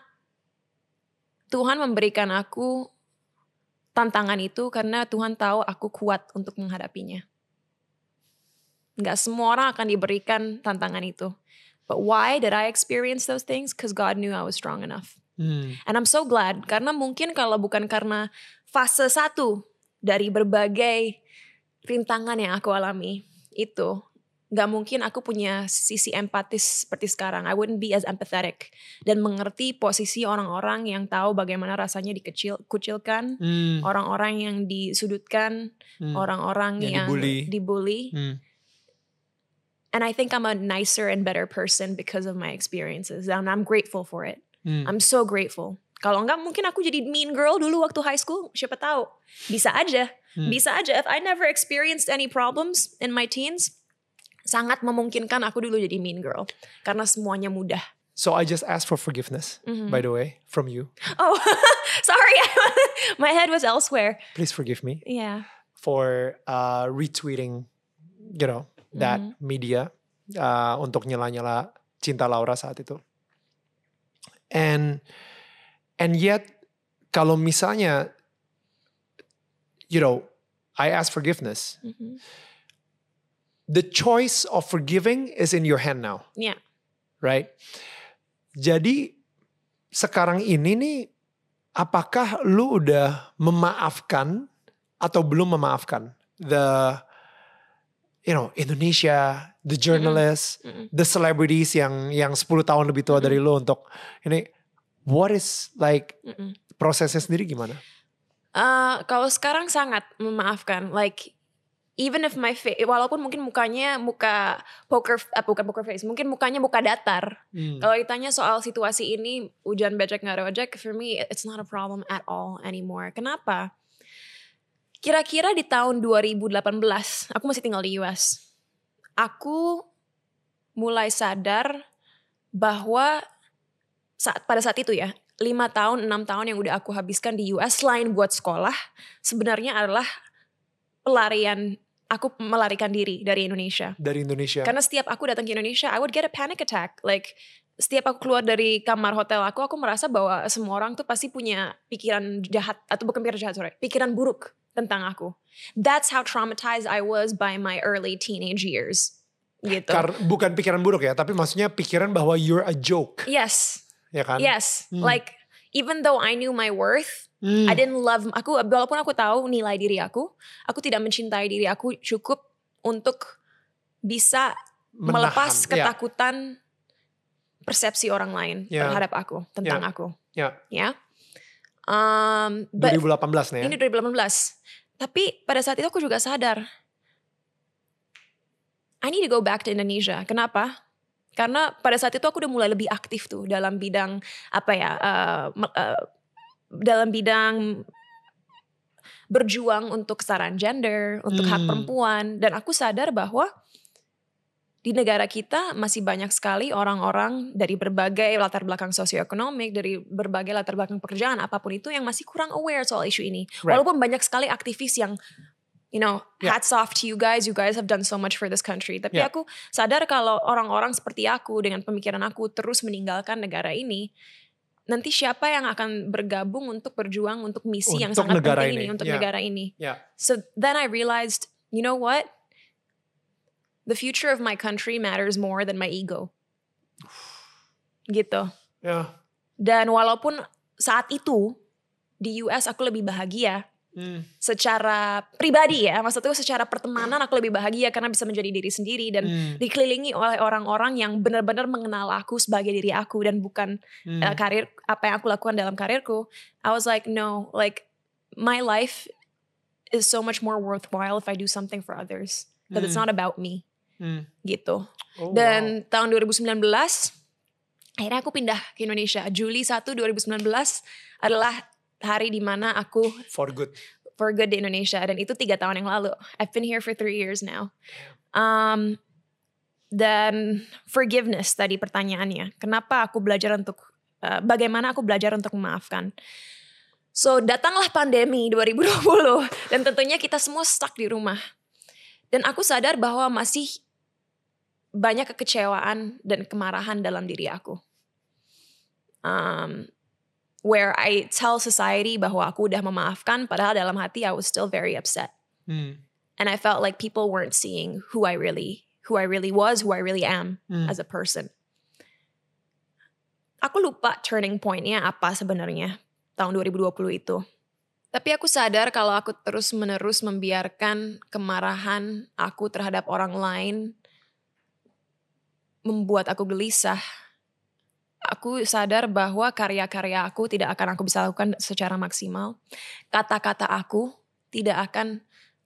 Tuhan memberikan aku tantangan itu karena Tuhan tahu aku kuat untuk menghadapinya. Gak semua orang akan diberikan tantangan itu. But why did I experience those things? Because God knew I was strong enough. Hmm. And I'm so glad. Karena mungkin kalau bukan karena fase satu dari berbagai rintangan yang aku alami itu, gak mungkin aku punya sisi empatis seperti sekarang. I wouldn't be as empathetic. Dan mengerti posisi orang-orang yang tahu bagaimana rasanya dikucilkan. Mm. Orang-orang yang disudutkan. Mm. Orang-orang yang, yang dibully. dibully. Mm. And I think I'm a nicer and better person because of my experiences. And I'm grateful for it. Mm. I'm so grateful. Kalau enggak mungkin aku jadi mean girl dulu waktu high school. Siapa tahu. Bisa aja. Mm. Bisa aja. If I never experienced any problems in my teens, sangat memungkinkan aku dulu jadi mean girl. Karena semuanya mudah. So I just asked for forgiveness, mm-hmm. by the way, from you. Oh, sorry. My head was elsewhere. Please forgive me. Yeah. For uh, retweeting, you know, that mm-hmm. media. Uh, untuk nyela-nyela Cinta Laura saat itu. And, and yet, kalau misalnya, you know, I ask forgiveness. Mm-hmm. The choice of forgiving is in your hand now. Yeah. Right? Jadi sekarang ini nih, apakah lu udah memaafkan atau belum memaafkan the, you know, Indonesia, the journalists, mm-hmm. the celebrities yang yang sepuluh tahun lebih tua mm-hmm. dari lu untuk ini, what is like mm-hmm. prosesnya sendiri gimana? Uh, kalau sekarang sangat memaafkan, like even if my face, walaupun mungkin mukanya muka poker, eh, bukan poker face, mungkin mukanya muka datar. Hmm. Kalau ditanya soal situasi ini, hujan becek nggak ada ojek, for me it's not a problem at all anymore. Kenapa? Kira-kira di tahun dua ribu delapan belas, aku masih tinggal di U S. Aku mulai sadar bahwa saat pada saat itu ya, lima tahun, enam tahun yang udah aku habiskan di U S selain buat sekolah, sebenarnya adalah pelarian, aku melarikan diri dari Indonesia. Dari Indonesia. Karena setiap aku datang ke Indonesia, I would get a panic attack. Like, setiap aku keluar dari kamar hotel aku, aku merasa bahwa semua orang tuh pasti punya pikiran jahat, atau bukan pikiran jahat, sorry, pikiran buruk tentang aku. That's how traumatized I was by my early teenage years. Gitu. Karena bukan pikiran buruk ya, tapi maksudnya pikiran bahwa you're a joke. Yes. Ya kan? Yes. Hmm. Like, even though I knew my worth, Hmm. I didn't love, aku walaupun aku tahu nilai diri aku, aku tidak mencintai diri aku cukup untuk bisa Menahan, melepas ketakutan yeah. persepsi orang lain yeah. terhadap aku, tentang yeah. aku. Yeah. Ya. Um, dua ribu delapan belas nih ya? Ini dua ribu delapan belas. Tapi pada saat itu aku juga sadar, I need to go back to Indonesia. Kenapa? Karena pada saat itu aku udah mulai lebih aktif tuh dalam bidang apa ya, uh, uh, dalam bidang berjuang untuk kesetaraan gender, untuk Hmm. hak perempuan. Dan aku sadar bahwa di negara kita masih banyak sekali orang-orang dari berbagai latar belakang sosioekonomik, dari berbagai latar belakang pekerjaan, apapun itu yang masih kurang aware soal isu ini. Right. Walaupun banyak sekali aktivis yang, you know, Yeah. hats off to you guys, you guys have done so much for this country. Tapi Yeah. aku sadar kalau orang-orang seperti aku dengan pemikiran aku terus meninggalkan negara ini, nanti siapa yang akan bergabung untuk berjuang untuk misi yang Untuk sangat negara penting ini. ini, untuk Yeah. negara ini. Yeah. So then I realized, you know what? The future of my country matters more than my ego. Gitu. Yeah. Dan walaupun saat itu di U S aku lebih bahagia Hmm. secara pribadi ya, maksudnya secara pertemanan aku lebih bahagia karena bisa menjadi diri sendiri dan Hmm. dikelilingi oleh orang-orang yang benar-benar mengenal aku sebagai diri aku dan bukan Hmm. uh, karir apa yang aku lakukan dalam karirku. I was like, no, like my life is so much more worthwhile if I do something for others. Because it's Hmm. not about me. Hmm. Gitu. Oh, Dan tahun dua ribu sembilan belas akhirnya aku pindah ke Indonesia. Juli satu dua ribu sembilan belas adalah hari dimana aku wow. For good. for good di Indonesia. Dan itu tiga tahun yang lalu. I've been here for three years now. Um, dan forgiveness tadi pertanyaannya. Kenapa aku belajar untuk, uh, bagaimana aku belajar untuk memaafkan. So datanglah pandemi dua ribu dua puluh. Dan tentunya kita semua stuck di rumah. Dan aku sadar bahwa masih banyak kekecewaan dan kemarahan dalam diri aku. Um, where I tell society bahwa aku udah memaafkan, padahal dalam hati I was still very upset. Hmm. And I felt like people weren't seeing who I really, who I really was, who I really am Hmm. as a person. Aku lupa turning point-nya apa sebenarnya tahun dua ribu dua puluh itu. Tapi aku sadar kalau aku terus-menerus membiarkan kemarahan aku terhadap orang lain membuat aku gelisah. Aku sadar bahwa karya-karya aku tidak akan aku bisa lakukan secara maksimal. Kata-kata aku tidak akan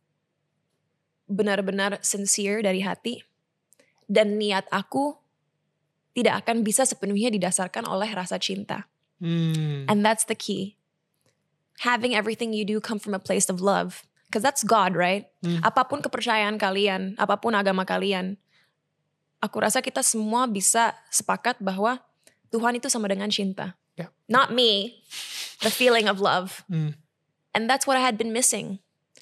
benar-benar sincere dari hati. Dan niat aku tidak akan bisa sepenuhnya didasarkan oleh rasa cinta. Hmm. And that's the key. Having everything you do come from a place of love. Because that's God, right? Hmm. Apapun kepercayaan kalian, apapun agama kalian, aku rasa kita semua bisa sepakat bahwa Tuhan itu sama dengan cinta. Yeah. Not me, the feeling of love. Hmm. And that's what I had been missing.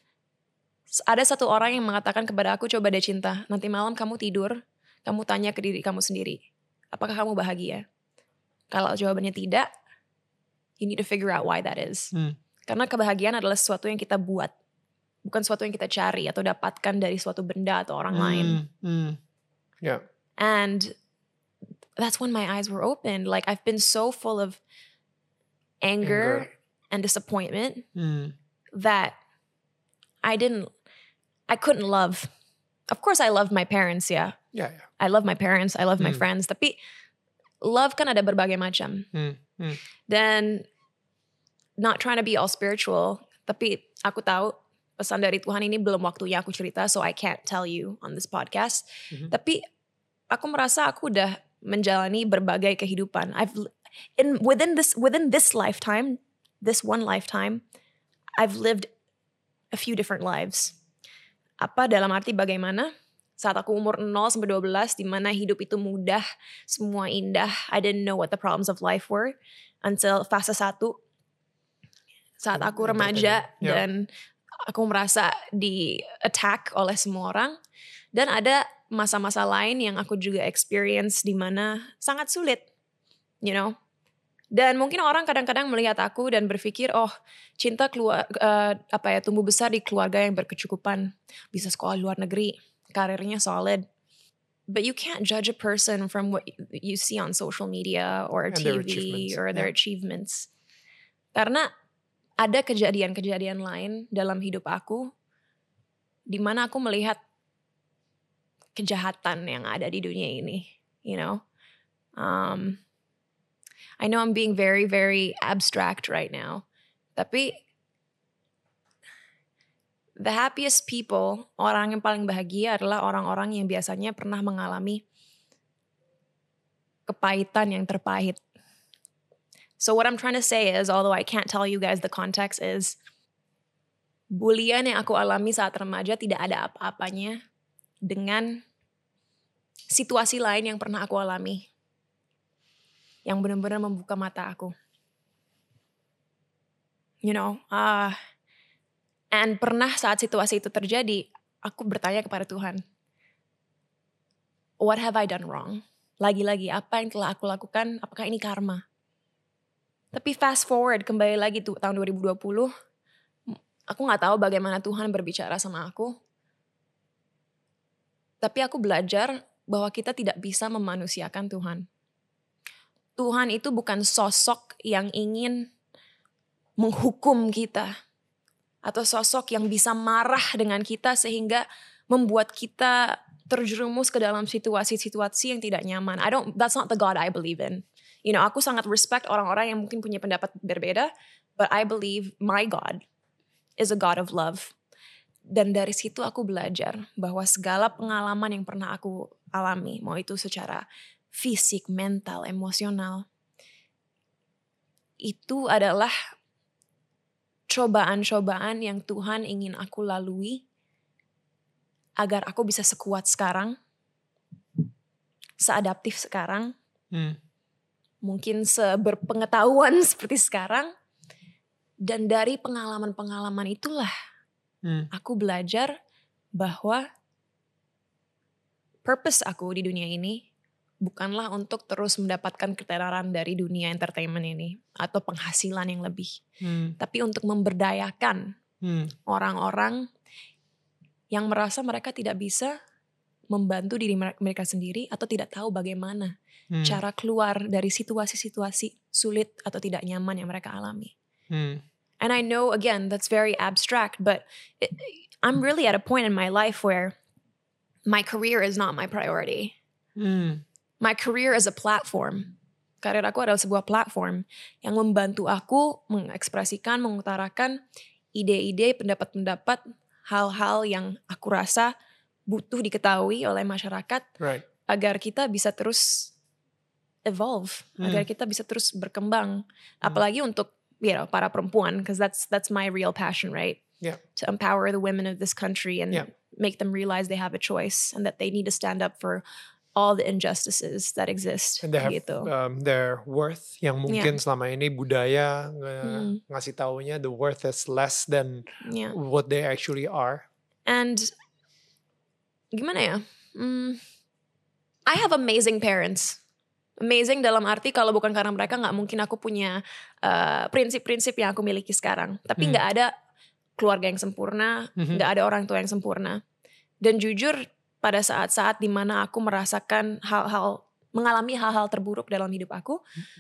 Ada satu orang yang mengatakan kepada aku, coba deh cinta, nanti malam kamu tidur, kamu tanya ke diri kamu sendiri, apakah kamu bahagia? Kalau jawabannya tidak, you need to figure out why that is. Hmm. Karena kebahagiaan adalah sesuatu yang kita buat, bukan sesuatu yang kita cari atau dapatkan dari suatu benda atau orang Hmm. lain. Hmm. Yeah. And that's when my eyes were opened. Like I've been so full of anger, Anger. and disappointment Hmm. that I didn't, I couldn't love. Of course I love my parents, yeah. Yeah, yeah. I love my parents, I love my Hmm. friends. Tapi love kan ada berbagai macam. Hmm. Hmm. Dan not trying to be all spiritual, tapi aku tahu pesan dari Tuhan ini belum waktunya aku cerita, so I can't tell you on this podcast. Mhm. Tapi aku merasa aku udah menjalani berbagai kehidupan. I've in within this within this lifetime, this one lifetime, I've lived a few different lives. Apa dalam arti bagaimana? Saat aku umur nol sampai dua belas, di mana hidup itu mudah, semua indah. I didn't know what the problems of life were until fase satu. Saat aku remaja Yeah. dan aku merasa di attack oleh semua orang. Dan ada masa-masa lain yang aku juga experience di mana sangat sulit, you know. Dan mungkin orang kadang-kadang melihat aku dan berpikir, oh cinta keluar uh, apa ya tumbuh besar di keluarga yang berkecukupan, bisa sekolah luar negeri, karirnya solid. But you can't judge a person from what you see on social media or And T their V achievements, or their yeah. achievements. Karena ada kejadian-kejadian lain dalam hidup aku di mana aku melihat kejahatan yang ada di dunia ini, you know. Um, I know I'm being very, very abstract right now. Tapi the happiest people, orang yang paling bahagia adalah orang-orang yang biasanya pernah mengalami kepahitan yang terpahit. So what I'm trying to say is, although I can't tell you guys the context is, bulian yang aku alami saat remaja tidak ada apa-apanya dengan situasi lain yang pernah aku alami. Yang benar-benar membuka mata aku. You know, uh, and pernah saat situasi itu terjadi, aku bertanya kepada Tuhan, what have I done wrong? Lagi-lagi, apa yang telah aku lakukan, apakah ini karma? Tapi fast forward, kembali lagi tuh tahun dua ribu dua puluh, aku gak tahu bagaimana Tuhan berbicara sama aku. Tapi aku belajar bahwa kita tidak bisa memanusiakan Tuhan. Tuhan itu bukan sosok yang ingin menghukum kita. Atau sosok yang bisa marah dengan kita sehingga membuat kita terjerumus ke dalam situasi-situasi yang tidak nyaman. I don't, that's not the God I believe in. You know, aku sangat respect orang-orang yang mungkin punya pendapat berbeda, but I believe my God is a God of love. Dan dari situ aku belajar bahwa segala pengalaman yang pernah aku alami, mau itu secara fisik, mental, emosional, itu adalah cobaan-cobaan yang Tuhan ingin aku lalui agar aku bisa sekuat sekarang, seadaptif sekarang, hmm. mungkin seberpengetahuan seperti sekarang. Dan dari pengalaman-pengalaman itulah hmm. aku belajar bahwa purpose aku di dunia ini bukanlah untuk terus mendapatkan ketenaran dari dunia entertainment ini atau penghasilan yang lebih. Hmm. Tapi untuk memberdayakan hmm. orang-orang yang merasa mereka tidak bisa membantu diri mereka sendiri atau tidak tahu bagaimana hmm. cara keluar dari situasi-situasi sulit atau tidak nyaman yang mereka alami. Hmm. And I know, again, that's very abstract, but it, I'm really at a point in my life where my career is not my priority. Hmm. My career is a platform. Karir aku adalah sebuah platform yang membantu aku mengekspresikan, mengutarakan ide-ide, pendapat-pendapat, hal-hal yang aku rasa butuh diketahui oleh masyarakat, right. agar kita bisa terus evolve, hmm. agar kita bisa terus berkembang. Hmm. Apalagi untuk you know, para perempuan, because that's that's my real passion, right? Yeah. To empower the women of this country and yeah. make them realize they have a choice and that they need to stand up for all the injustices that exist. And they have gitu. um, their worth yang mungkin yeah. selama ini budaya ng- hmm. ngasih taunya the worth is less than yeah. what they actually are. And gimana ya? Mm, I have amazing parents. Amazing dalam arti kalau bukan karena mereka gak mungkin aku punya uh, prinsip-prinsip yang aku miliki sekarang. Tapi hmm. gak ada keluarga yang sempurna, hmm. gak ada orang tua yang sempurna. Dan jujur pada saat-saat dimana aku merasakan hal-hal, mengalami hal-hal terburuk dalam hidup aku,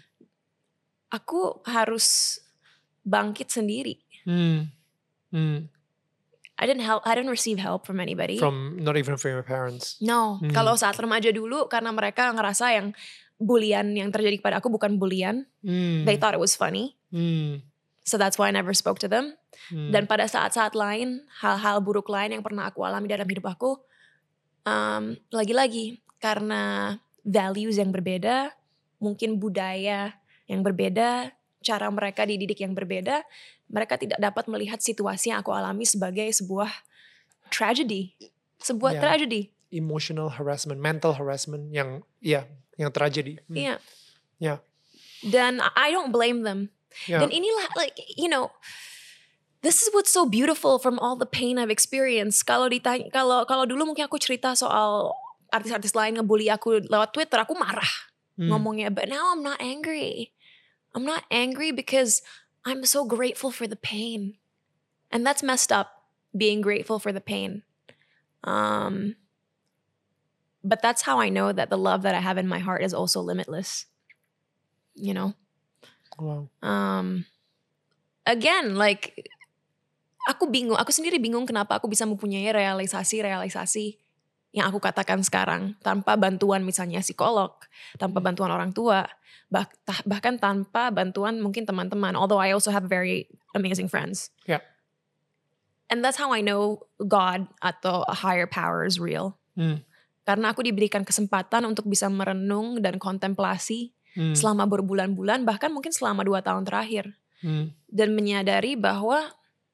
aku harus bangkit sendiri. Hmm. Hmm. I didn't help. I didn't receive help from anybody. From not even from your parents. No. Hmm. Kalau saat remaja dulu, karena mereka ngerasa yang bulian yang terjadi kepada aku bukan bulian. Hmm. They thought it was funny. Hmm. So that's why I never spoke to them. Hmm. Dan pada saat-saat lain, hal-hal buruk lain yang pernah aku alami dalam hidup aku, um, lagi-lagi karena values yang berbeda, mungkin budaya yang berbeda, cara mereka dididik yang berbeda, mereka tidak dapat melihat situasi yang aku alami sebagai sebuah tragedy. Sebuah yeah. tragedy. Emotional harassment, mental harassment yang ya, yang tragedy. Iya. Hmm. Yeah. Yeah. Dan I don't blame them. Yeah. Dan inilah like, you know, this is what's so beautiful from all the pain I've experienced. Kalau ditanya, kalau kalau dulu mungkin aku cerita soal artis-artis lain ngebully aku lewat Twitter, aku marah hmm. ngomongnya. But now I'm not angry. I'm not angry because I'm so grateful for the pain. And that's messed up, being grateful for the pain. Um, but that's how I know that the love that I have in my heart is also limitless. You know? Wow. Um, again, like, aku bingung, aku sendiri bingung kenapa aku bisa mempunyai realisasi-realisasi yang aku katakan sekarang tanpa bantuan misalnya psikolog, tanpa bantuan orang tua, bah, bahkan tanpa bantuan mungkin teman-teman. Although I also have very amazing friends. Yeah. And that's how I know God atau a higher power is real. Hmm. Karena aku diberikan kesempatan untuk bisa merenung dan kontemplasi hmm. selama berbulan-bulan, bahkan mungkin selama dua tahun terakhir. Hmm. Dan menyadari bahwa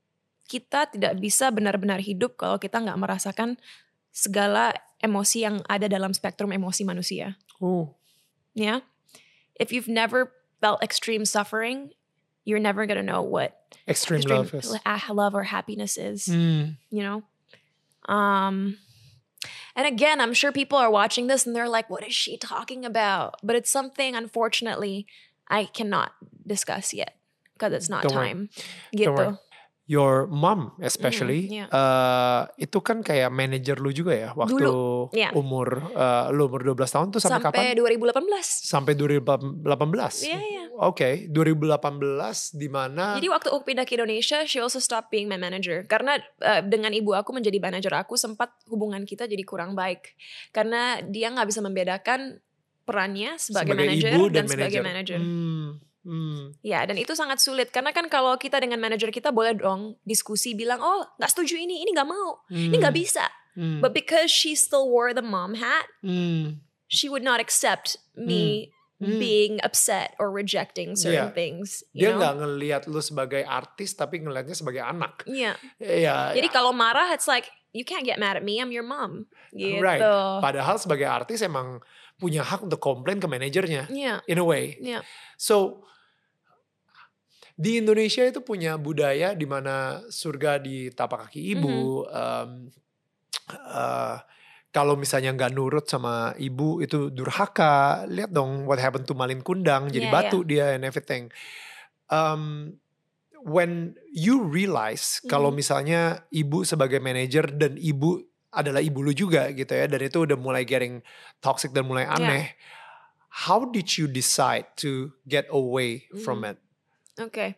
kita tidak bisa benar-benar hidup kalau kita nggak merasakan segala emosi yang ada dalam spektrum emosi manusia. Oh. Ya, if you've never felt extreme suffering, you're never gonna know what Extreme, extreme love is. love or happiness is. Mm. You know, um, and again, I'm sure people are watching this and they're like, "What is she talking about?" But it's something, unfortunately, I cannot discuss yet because it's not Don't worry. time. Don't worry. Gitu. Your mom especially, Mm, yeah. uh, itu kan kayak manajer lu juga ya waktu Dulu, yeah. umur uh, lu umur dua belas tahun tuh sampai, Sampai kapan? dua ribu delapan belas. Sampai dua ribu delapan belas. Iya, iya. Oke, okay. dua ribu delapan belas di mana? Jadi waktu aku pindah ke Indonesia, she also stopped being my manager. Karena uh, dengan ibu aku menjadi manajer aku, sempat hubungan kita jadi kurang baik. Karena dia nggak bisa membedakan perannya sebagai, sebagai manajer ibu dan, dan sebagai manajer. manajer. Hmm. Hmm. Ya, dan itu sangat sulit karena kan kalau kita dengan manajer kita boleh dong diskusi bilang, oh nggak setuju ini, ini nggak mau, Hmm. ini nggak bisa. Hmm. But because she still wore the mom hat, Hmm. she would not accept me Hmm. being upset or rejecting certain Yeah. things. You Dia know? nggak ngelihat lu sebagai artis tapi ngelihatnya sebagai anak. Iya. Iya. Jadi kalau marah, it's like you can't get mad at me, I'm your mom. Gitu. Right. Padahal sebagai artis emang punya hak untuk komplain ke manajernya. Iya. In a way. Iya. So di Indonesia itu punya budaya di mana surga di tapak kaki ibu. Mm-hmm. um, uh, kalau misalnya nggak nurut sama ibu itu durhaka. Lihat dong what happened to Malin Kundang, jadi yeah, batu yeah. dia and everything. Um, when you realize mm-hmm. kalau misalnya ibu sebagai manajer dan ibu adalah ibu lu juga gitu ya, dan itu udah mulai getting toxic dan mulai aneh. Yeah. How did you decide to get away mm-hmm. from it? Oke, okay.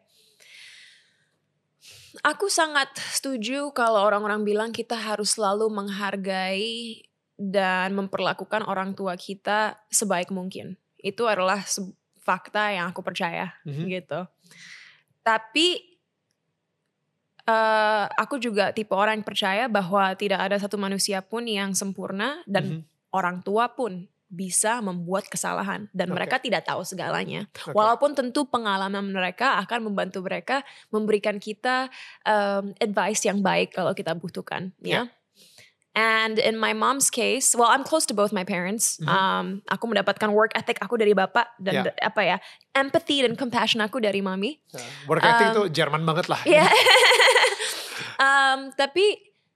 Aku sangat setuju kalau orang-orang bilang kita harus selalu menghargai dan memperlakukan orang tua kita sebaik mungkin. Itu adalah fakta yang aku percaya, mm-hmm. gitu. Tapi uh, aku juga tipe orang yang percaya bahwa tidak ada satu manusia pun yang sempurna dan mm-hmm. orang tua pun bisa membuat kesalahan dan okay. mereka tidak tahu segalanya. Okay. Walaupun tentu pengalaman mereka akan membantu mereka memberikan kita um, advice yang baik kalau kita butuhkan, yeah. ya. And in my mom's case, well, I'm close to both my parents. Mm-hmm. Um, aku mendapatkan work ethic aku dari bapak dan yeah. apa ya, empathy dan compassion aku dari mami. Yeah. Work ethic itu um, Jerman banget lah. Yeah. um, tapi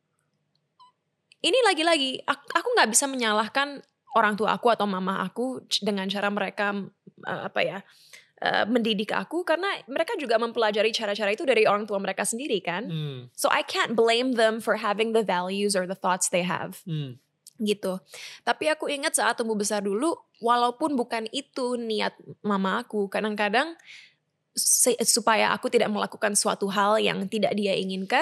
ini lagi-lagi aku, aku nggak bisa menyalahkan orang tua aku atau mama aku dengan cara mereka uh, apa ya uh, mendidik aku karena mereka juga mempelajari cara-cara itu dari orang tua mereka sendiri kan. Hmm. So I can't blame them for having the values or the thoughts they have. Hmm. Gitu. Tapi aku ingat saat tumbuh besar dulu, walaupun bukan itu niat mama aku, kadang-kadang se- supaya aku tidak melakukan suatu hal yang tidak dia inginkan,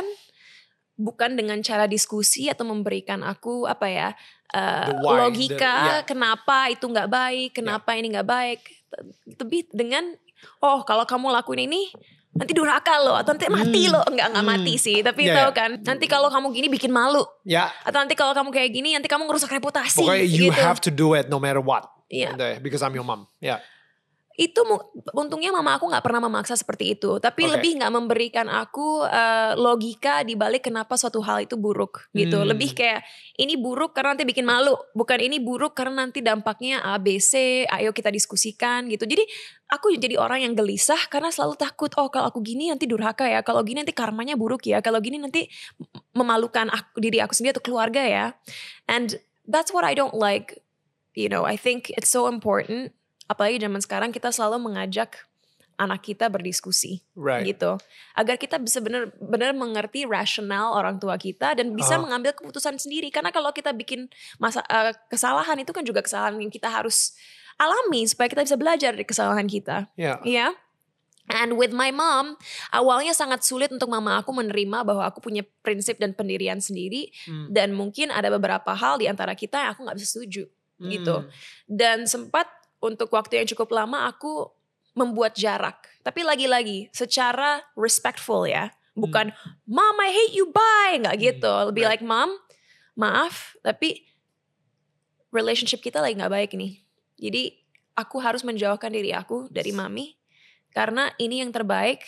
bukan dengan cara diskusi atau memberikan aku apa ya uh, why, logika the, yeah. kenapa itu nggak baik, kenapa yeah. ini nggak baik, tapi dengan oh kalau kamu lakuin ini nanti durhaka lo atau nanti mati hmm. lo, nggak nggak hmm. mati sih, tapi yeah, tahu yeah. kan nanti kalau kamu gini bikin malu, yeah. atau nanti kalau kamu kayak gini nanti kamu ngerusak reputasi. Pokoknya you gitu. have to do it no matter what, yeah. because I'm your mom, ya. Yeah. Itu untungnya mama aku gak pernah memaksa seperti itu. Tapi okay. lebih gak memberikan aku uh, logika dibalik kenapa suatu hal itu buruk gitu. Hmm. Lebih kayak ini buruk karena nanti bikin malu. Bukan ini buruk karena nanti dampaknya A, B, C. Ayo kita diskusikan gitu. Jadi aku jadi orang yang gelisah karena selalu takut. Oh kalau aku gini nanti durhaka ya. Kalau gini nanti karmanya buruk ya. Kalau gini nanti memalukan aku, diri aku sendiri atau keluarga ya. And that's what I don't like. You know, I think it's so important. Apalagi zaman sekarang kita selalu mengajak anak kita berdiskusi, right. gitu, agar kita bisa benar-benar mengerti rasional orang tua kita dan bisa uh. mengambil keputusan sendiri. Karena kalau kita bikin masa uh, kesalahan itu kan juga kesalahan yang kita harus alami supaya kita bisa belajar dari kesalahan kita, ya. Yeah. Yeah? And with my mom, awalnya sangat sulit untuk mama aku menerima bahwa aku punya prinsip dan pendirian sendiri, hmm. dan mungkin ada beberapa hal di antara kita yang aku nggak bisa setuju, hmm. gitu. Dan sempat untuk waktu yang cukup lama aku membuat jarak. Tapi lagi-lagi secara respectful ya. Bukan, hmm. Mom I hate you bye. Gak gitu. Lebih right. like, Mom maaf tapi relationship kita lagi gak baik nih. Jadi aku harus menjauhkan diri aku dari mami. Karena ini yang terbaik.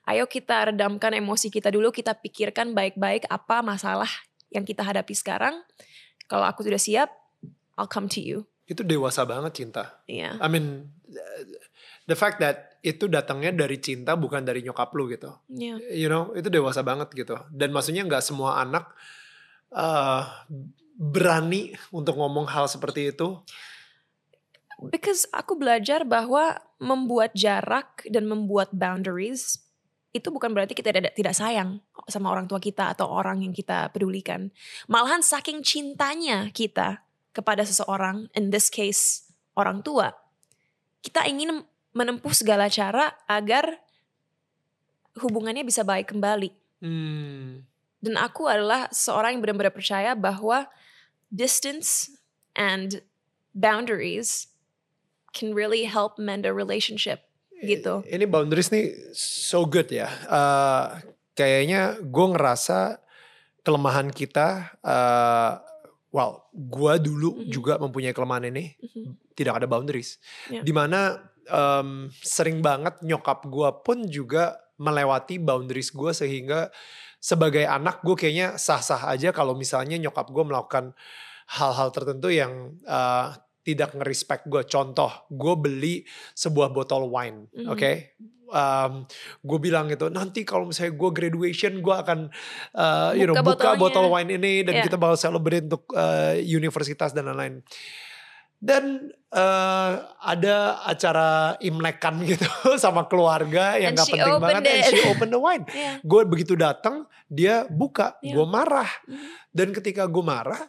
Ayo kita redamkan emosi kita dulu, kita pikirkan baik-baik apa masalah yang kita hadapi sekarang. Kalau aku sudah siap, I'll come to you. Itu dewasa banget cinta. Iya. I mean, the fact that itu datangnya dari cinta bukan dari nyokap lu gitu. Yeah. You know, itu dewasa banget gitu. Dan maksudnya gak semua anak uh, berani untuk ngomong hal seperti itu. Because aku belajar bahwa membuat jarak dan membuat boundaries itu bukan berarti kita tidak, tidak sayang sama orang tua kita atau orang yang kita pedulikan. Malahan saking cintanya kita kepada seseorang, in this case orang tua, kita ingin menempuh segala cara agar hubungannya bisa baik kembali. Hmm. Dan aku adalah seorang yang benar-benar percaya bahwa distance and boundaries can really help mend a relationship gitu. Ini boundaries nih so good ya. Uh, kayaknya gue ngerasa kelemahan kita, uh, well, gue dulu mm-hmm. juga mempunyai kelemahan ini, mm-hmm. tidak ada boundaries. Yeah. Dimana um, sering banget nyokap gue pun juga melewati boundaries gue sehingga sebagai anak gue kayaknya sah-sah aja kalau misalnya nyokap gue melakukan hal-hal tertentu yang uh, tidak nge-respect gue. Contoh, gue beli sebuah botol wine, mm-hmm. oke? Okay? Um, gue bilang gitu, nanti kalau misalnya gue graduation, gue akan uh, you know, buka botol wine ini dan yeah. kita bakal celebrate untuk uh, universitas dan lain-lain. Dan uh, ada acara imlekan gitu sama keluarga yang and gak penting banget. It. And she open the wine. Yeah. Gue begitu datang, dia buka, yeah. gue marah. Mm-hmm. Dan ketika gue marah,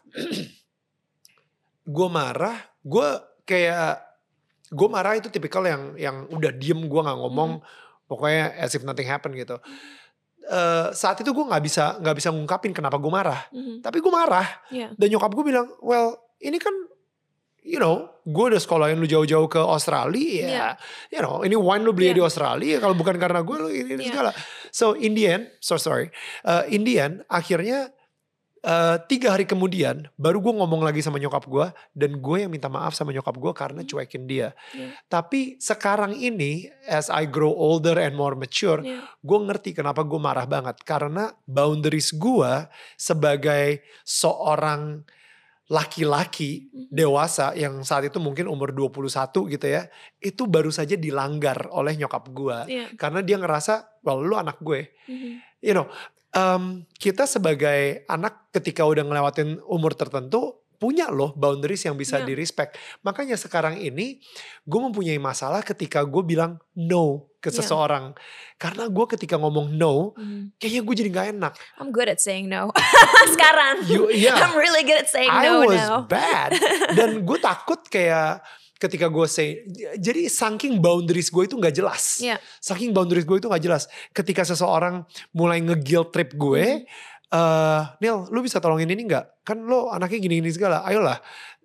gue marah, gue kayak gue marah itu tipikal yang yang udah diem, gue nggak ngomong, mm-hmm. pokoknya as if nothing happen gitu. Uh, saat itu gue nggak bisa nggak bisa ngungkapin kenapa gue marah, mm-hmm. tapi gue marah. Yeah. Dan nyokap gue bilang, well ini kan, you know, gue udah sekolahin lu jauh-jauh ke Australia, ya, yeah. you know, ini wine lu beli yeah. di Australia, kalau bukan karena gue lu ini, ini yeah. segala. So in the end, so sorry, uh, in the end akhirnya. Uh, tiga hari kemudian baru gue ngomong lagi sama nyokap gue dan gue yang minta maaf sama nyokap gue karena cuekin dia. Yeah. Tapi sekarang ini as I grow older and more mature, yeah. gue ngerti kenapa gue marah banget karena boundaries gue sebagai seorang laki-laki mm-hmm. dewasa yang saat itu mungkin umur dua puluh satu gitu ya, itu baru saja dilanggar oleh nyokap gue yeah. karena dia ngerasa, well lu anak gue, mm-hmm. you know. Um, kita sebagai anak ketika udah ngelewatin umur tertentu punya loh boundaries yang bisa yeah. di respect. Makanya sekarang ini gue mempunyai masalah ketika gue bilang no ke yeah. seseorang. Karena gue ketika ngomong no, mm. kayaknya gue jadi gak enak. I'm good at saying no. Sekarang you, yeah. I'm really good at saying I no now. I was bad. Dan gue takut kayak ketika gue say, jadi saking boundaries gue itu gak jelas. Yeah. Saking boundaries gue itu gak jelas. Ketika seseorang mulai nge-guilt trip gue, mm. uh, Nil lu bisa tolongin ini gak? Kan lo anaknya gini-gini segala, ayolah.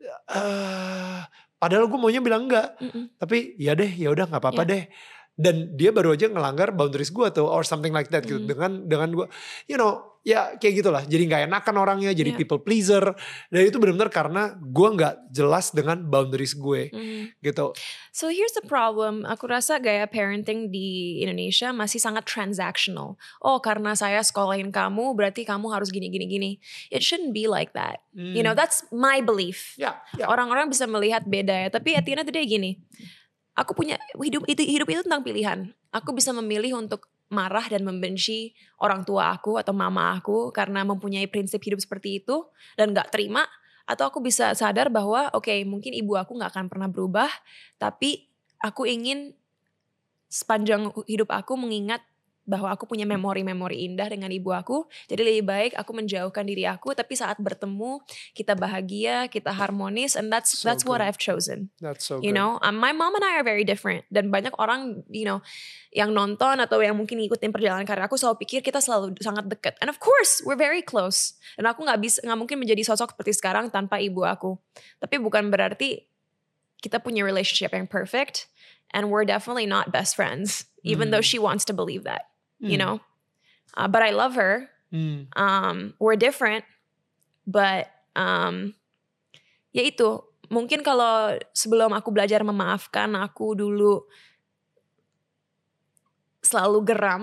Uh, padahal gue maunya bilang enggak. Mm-mm. Tapi ya deh, ya udah gak apa-apa yeah. deh. Dan dia baru aja ngelanggar boundaries gue tuh, or something like that gitu. Mm. Dengan dengan gue, you know, ya kayak gitulah. Jadi gak enakan orangnya, jadi yeah. people pleaser. Dan itu benar-benar karena gue gak jelas dengan boundaries gue mm. gitu. So here's the problem. Aku rasa gaya parenting di Indonesia masih sangat transactional. Oh karena saya sekolahin kamu berarti kamu harus gini-gini-gini. It shouldn't be like that. Mm. You know, that's my belief. Yeah, yeah. Orang-orang bisa melihat beda ya. Tapi at the end of the day gini. Aku punya, hidup itu, hidup itu tentang pilihan. Aku bisa memilih untuk marah dan membenci orang tua aku atau mama aku karena mempunyai prinsip hidup seperti itu dan gak terima. Atau aku bisa sadar bahwa oke okay, mungkin ibu aku gak akan pernah berubah, tapi aku ingin sepanjang hidup aku mengingat bahwa aku punya memori-memori indah dengan ibu aku. Jadi lebih baik aku menjauhkan diri aku, tapi saat bertemu kita bahagia, kita harmonis, and that's so that's good. What I've chosen. That's so you good. know, um, my mom and I are very different. Dan banyak orang, you know, yang nonton atau yang mungkin ngikutin perjalanan karir aku selalu pikir kita selalu sangat dekat. And of course, we're very close. Dan aku nggak bisa, nggak mungkin menjadi sosok seperti sekarang tanpa ibu aku. Tapi bukan berarti kita punya relationship yang perfect, and we're definitely not best friends, even mm. though she wants to believe that. You know, uh, but I love her. Mm. Um, we're different, but um, ya itu. Mungkin kalau sebelum aku belajar memaafkan, aku dulu selalu geram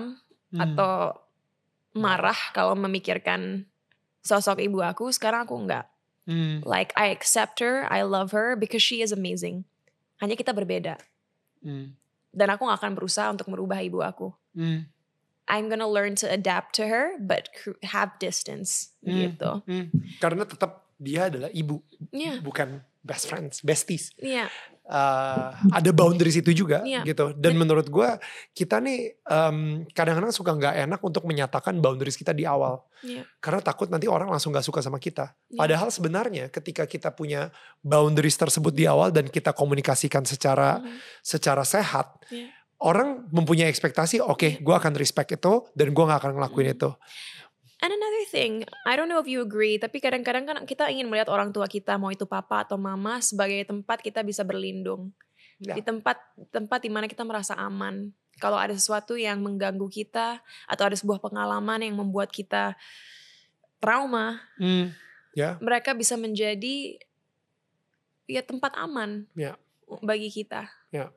hmm. atau marah kalau memikirkan sosok ibu aku. Sekarang aku enggak. Hmm. Like I accept her, I love her because she is amazing. Hanya kita berbeda. Hmm. Dan aku gak akan berusaha untuk merubah ibu aku. Hmm. I'm gonna learn to adapt to her, but have distance hmm. gitu. Hmm. Karena tetap dia adalah ibu, yeah. bukan best friends, besties. Yeah. Uh, ada boundaries itu juga, yeah. gitu. Dan menurut gue kita nih um, kadang-kadang suka nggak enak untuk menyatakan boundaries kita di awal, yeah. karena takut nanti orang langsung nggak suka sama kita. Yeah. Padahal sebenarnya ketika kita punya boundaries tersebut di awal dan kita komunikasikan secara mm. secara sehat, yeah. orang mempunyai ekspektasi, oke, okay, gue akan respect itu dan gue nggak akan ngelakuin mm. itu. And another thing, I don't know if you agree, tapi kadang-kadang kan kita ingin melihat orang tua kita, mau itu papa atau mama, sebagai tempat kita bisa berlindung. Ya. Di tempat tempat di mana kita merasa aman. Kalau ada sesuatu yang mengganggu kita, atau ada sebuah pengalaman yang membuat kita trauma, hmm. yeah. mereka bisa menjadi ya tempat aman yeah. bagi kita. Yeah.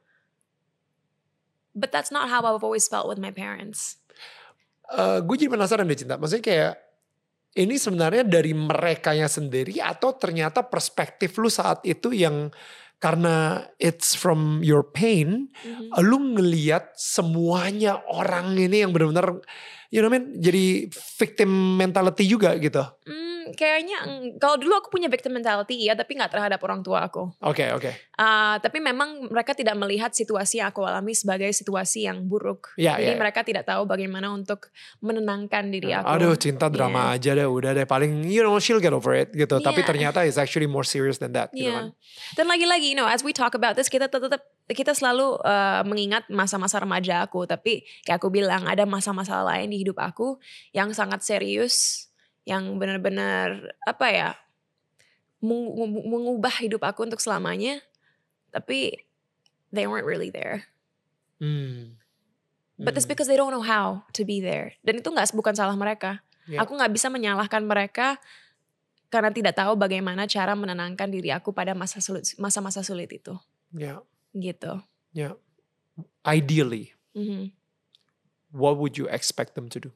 But that's not how I've always felt with my parents. Uh, gue jadi penasaran deh Cinta, maksudnya kayak ini sebenarnya dari merekanya sendiri atau ternyata perspektif lu saat itu yang karena it's from your pain, mm-hmm. lu ngelihat semuanya orang ini yang benar-benar, you know what I mean, jadi victim mentality juga gitu. Mm, kayaknya kalau dulu aku punya victim mentality ya, tapi nggak terhadap orang tua aku. Oke okay, oke. Okay. Uh, tapi memang mereka tidak melihat situasi yang aku alami sebagai situasi yang buruk. Yeah, Jadi yeah. mereka tidak tahu bagaimana untuk menenangkan diri aku. Aduh Cinta drama yeah. aja deh, udah deh paling you know she'll get over it gitu. Yeah. Tapi ternyata it's actually more serious than that. Gitu yeah. kan. Dan lagi-lagi, you know, as we talk about this, kita tetap kita selalu uh, mengingat masa-masa remaja aku. Tapi kayak aku bilang, ada masa-masa lain di hidup aku yang sangat serius, yang benar-benar apa ya, mengubah hidup aku untuk selamanya. Tapi they weren't really there. Hmm. But it's because they don't know how to be there. Dan itu nggak bukan salah mereka. Yeah. Aku nggak bisa menyalahkan mereka karena tidak tahu bagaimana cara menenangkan diri aku pada masa sulit, masa-masa sulit itu. Ya. Yeah. Gitu. Ya. Yeah. Ideally, mm-hmm. what would you expect them to do?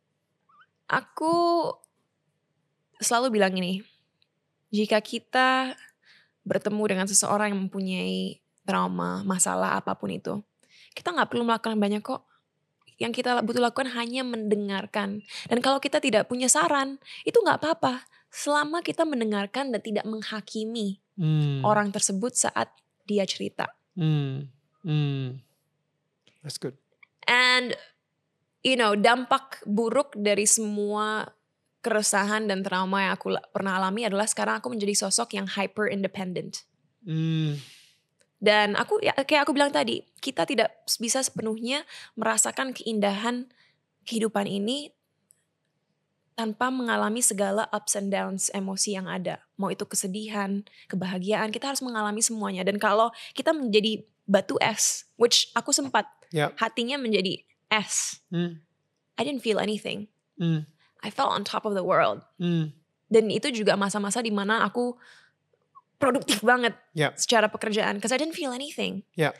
Aku selalu bilang ini, jika kita bertemu dengan seseorang yang mempunyai trauma, masalah apapun itu, kita nggak perlu melakukan banyak kok. Yang kita butuh lakukan hanya mendengarkan. Dan kalau kita tidak punya saran, itu nggak apa-apa. Selama kita mendengarkan dan tidak menghakimi hmm. orang tersebut saat dia cerita. Hmm. Hmm. That's good. And you know, dampak buruk dari semua keresahan dan trauma yang aku pernah alami adalah sekarang aku menjadi sosok yang hyper independent. Hmm. Dan aku ya, kayak aku bilang tadi, kita tidak bisa sepenuhnya merasakan keindahan kehidupan ini tanpa mengalami segala ups and downs emosi yang ada. Mau itu kesedihan, kebahagiaan, kita harus mengalami semuanya. Dan kalau kita menjadi batu es, which aku sempat, yeah. hatinya menjadi es. Hmm. I didn't feel anything. Hmm. I felt on top of the world. Hmm. Dan itu juga masa-masa di mana aku produktif banget yeah. secara pekerjaan, because I didn't feel anything. Yeah.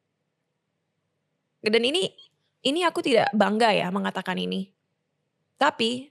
Dan ini, ini aku tidak bangga ya mengatakan ini. Tapi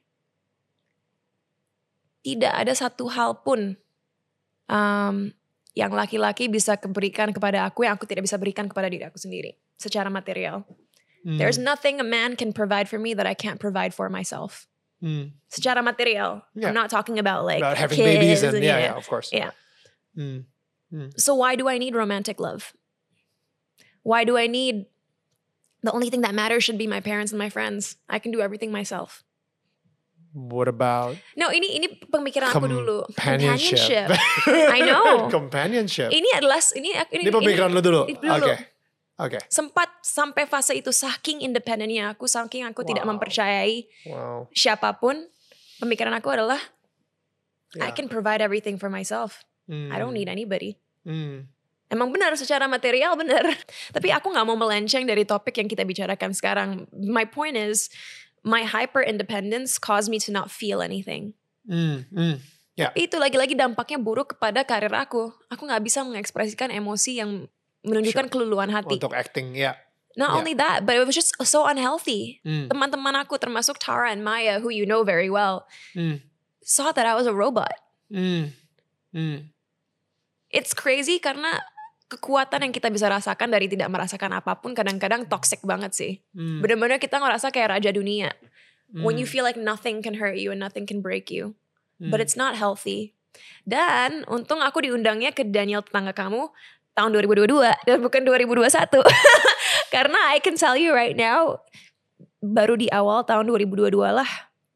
tidak ada satu hal pun um, yang laki-laki bisa berikan kepada aku yang aku tidak bisa berikan kepada diri aku sendiri secara material. Hmm. There's nothing a man can provide for me that I can't provide for myself. Hmm. Secara material. Yeah. I'm not talking about like about having kids babies and, and yeah, yeah, yeah, of course. Yeah. Hmm. Hmm. So why do I need romantic love? Why do I need the only thing that matters should be my parents and my friends? I can do everything myself. What about No, ini ini pemikiran aku dulu. Companionship. I know. Companionship. Ini adalah ini ini, ini pemikiran ini, lu dulu. Oke. Oke. Okay. Okay. Sempat sampai fase itu saking independennya aku, saking aku wow. tidak mempercayai wow. siapapun. Pemikiran aku adalah yeah. I can provide everything for myself. Hmm. I don't need anybody. Hmm. Emang benar secara material benar. Tapi aku gak mau melenceng dari topik yang kita bicarakan sekarang. My point is, my hyper independence caused me to not feel anything. Hmm. Hmm. Yeah. Itu lagi-lagi dampaknya buruk kepada karir aku. Aku gak bisa mengekspresikan emosi yang menunjukkan sure. keluluan hati. Untuk acting, ya. Not Yeah. only that, but it was just so unhealthy. Mm. Teman-teman aku termasuk Tara and Maya, who you know very well, Mm. saw that I was a robot. Mm. Mm. It's crazy karena kekuatan yang kita bisa rasakan dari tidak merasakan apapun kadang-kadang toxic banget sih. Mm. Bener-bener kita ngerasa kayak raja dunia. Mm. When you feel like nothing can hurt you and nothing can break you. Mm. But it's not healthy. Dan untung aku diundangnya ke Daniel Tetangga Kamu tahun dua ribu dua puluh dua dan bukan dua ribu dua puluh satu. Karena I can tell you right now, baru di awal tahun dua ribu dua puluh dua lah,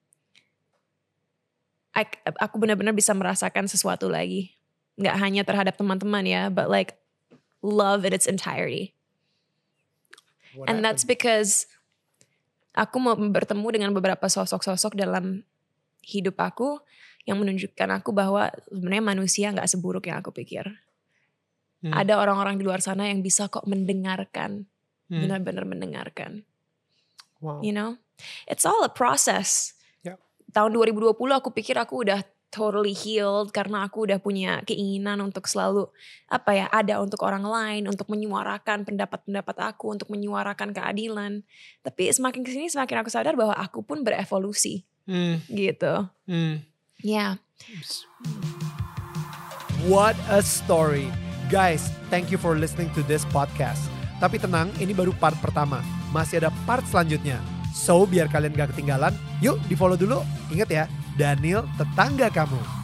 I, aku benar-benar bisa merasakan sesuatu lagi. Gak hanya terhadap teman-teman ya, but like love in its entirety. What And that's happened? because aku mau bertemu dengan beberapa sosok-sosok dalam hidup aku yang menunjukkan aku bahwa sebenarnya manusia gak seburuk yang aku pikir. Hmm. Ada orang-orang di luar sana yang bisa kok mendengarkan, Hmm. benar-benar mendengarkan. Wow. You know, it's all a process. Yeah. Tahun dua ribu dua puluh aku pikir aku udah totally healed karena aku udah punya keinginan untuk selalu apa ya ada untuk orang lain, untuk menyuarakan pendapat-pendapat aku, untuk menyuarakan keadilan. Tapi semakin kesini semakin aku sadar bahwa aku pun berevolusi, Hmm. gitu. Hmm. Ya. What a story. Guys, thank you for listening to this podcast. Tapi tenang, ini baru part pertama. Masih ada part selanjutnya. So, biar kalian gak ketinggalan, yuk di follow dulu. Ingat ya, Daniel Tetangga Kamu.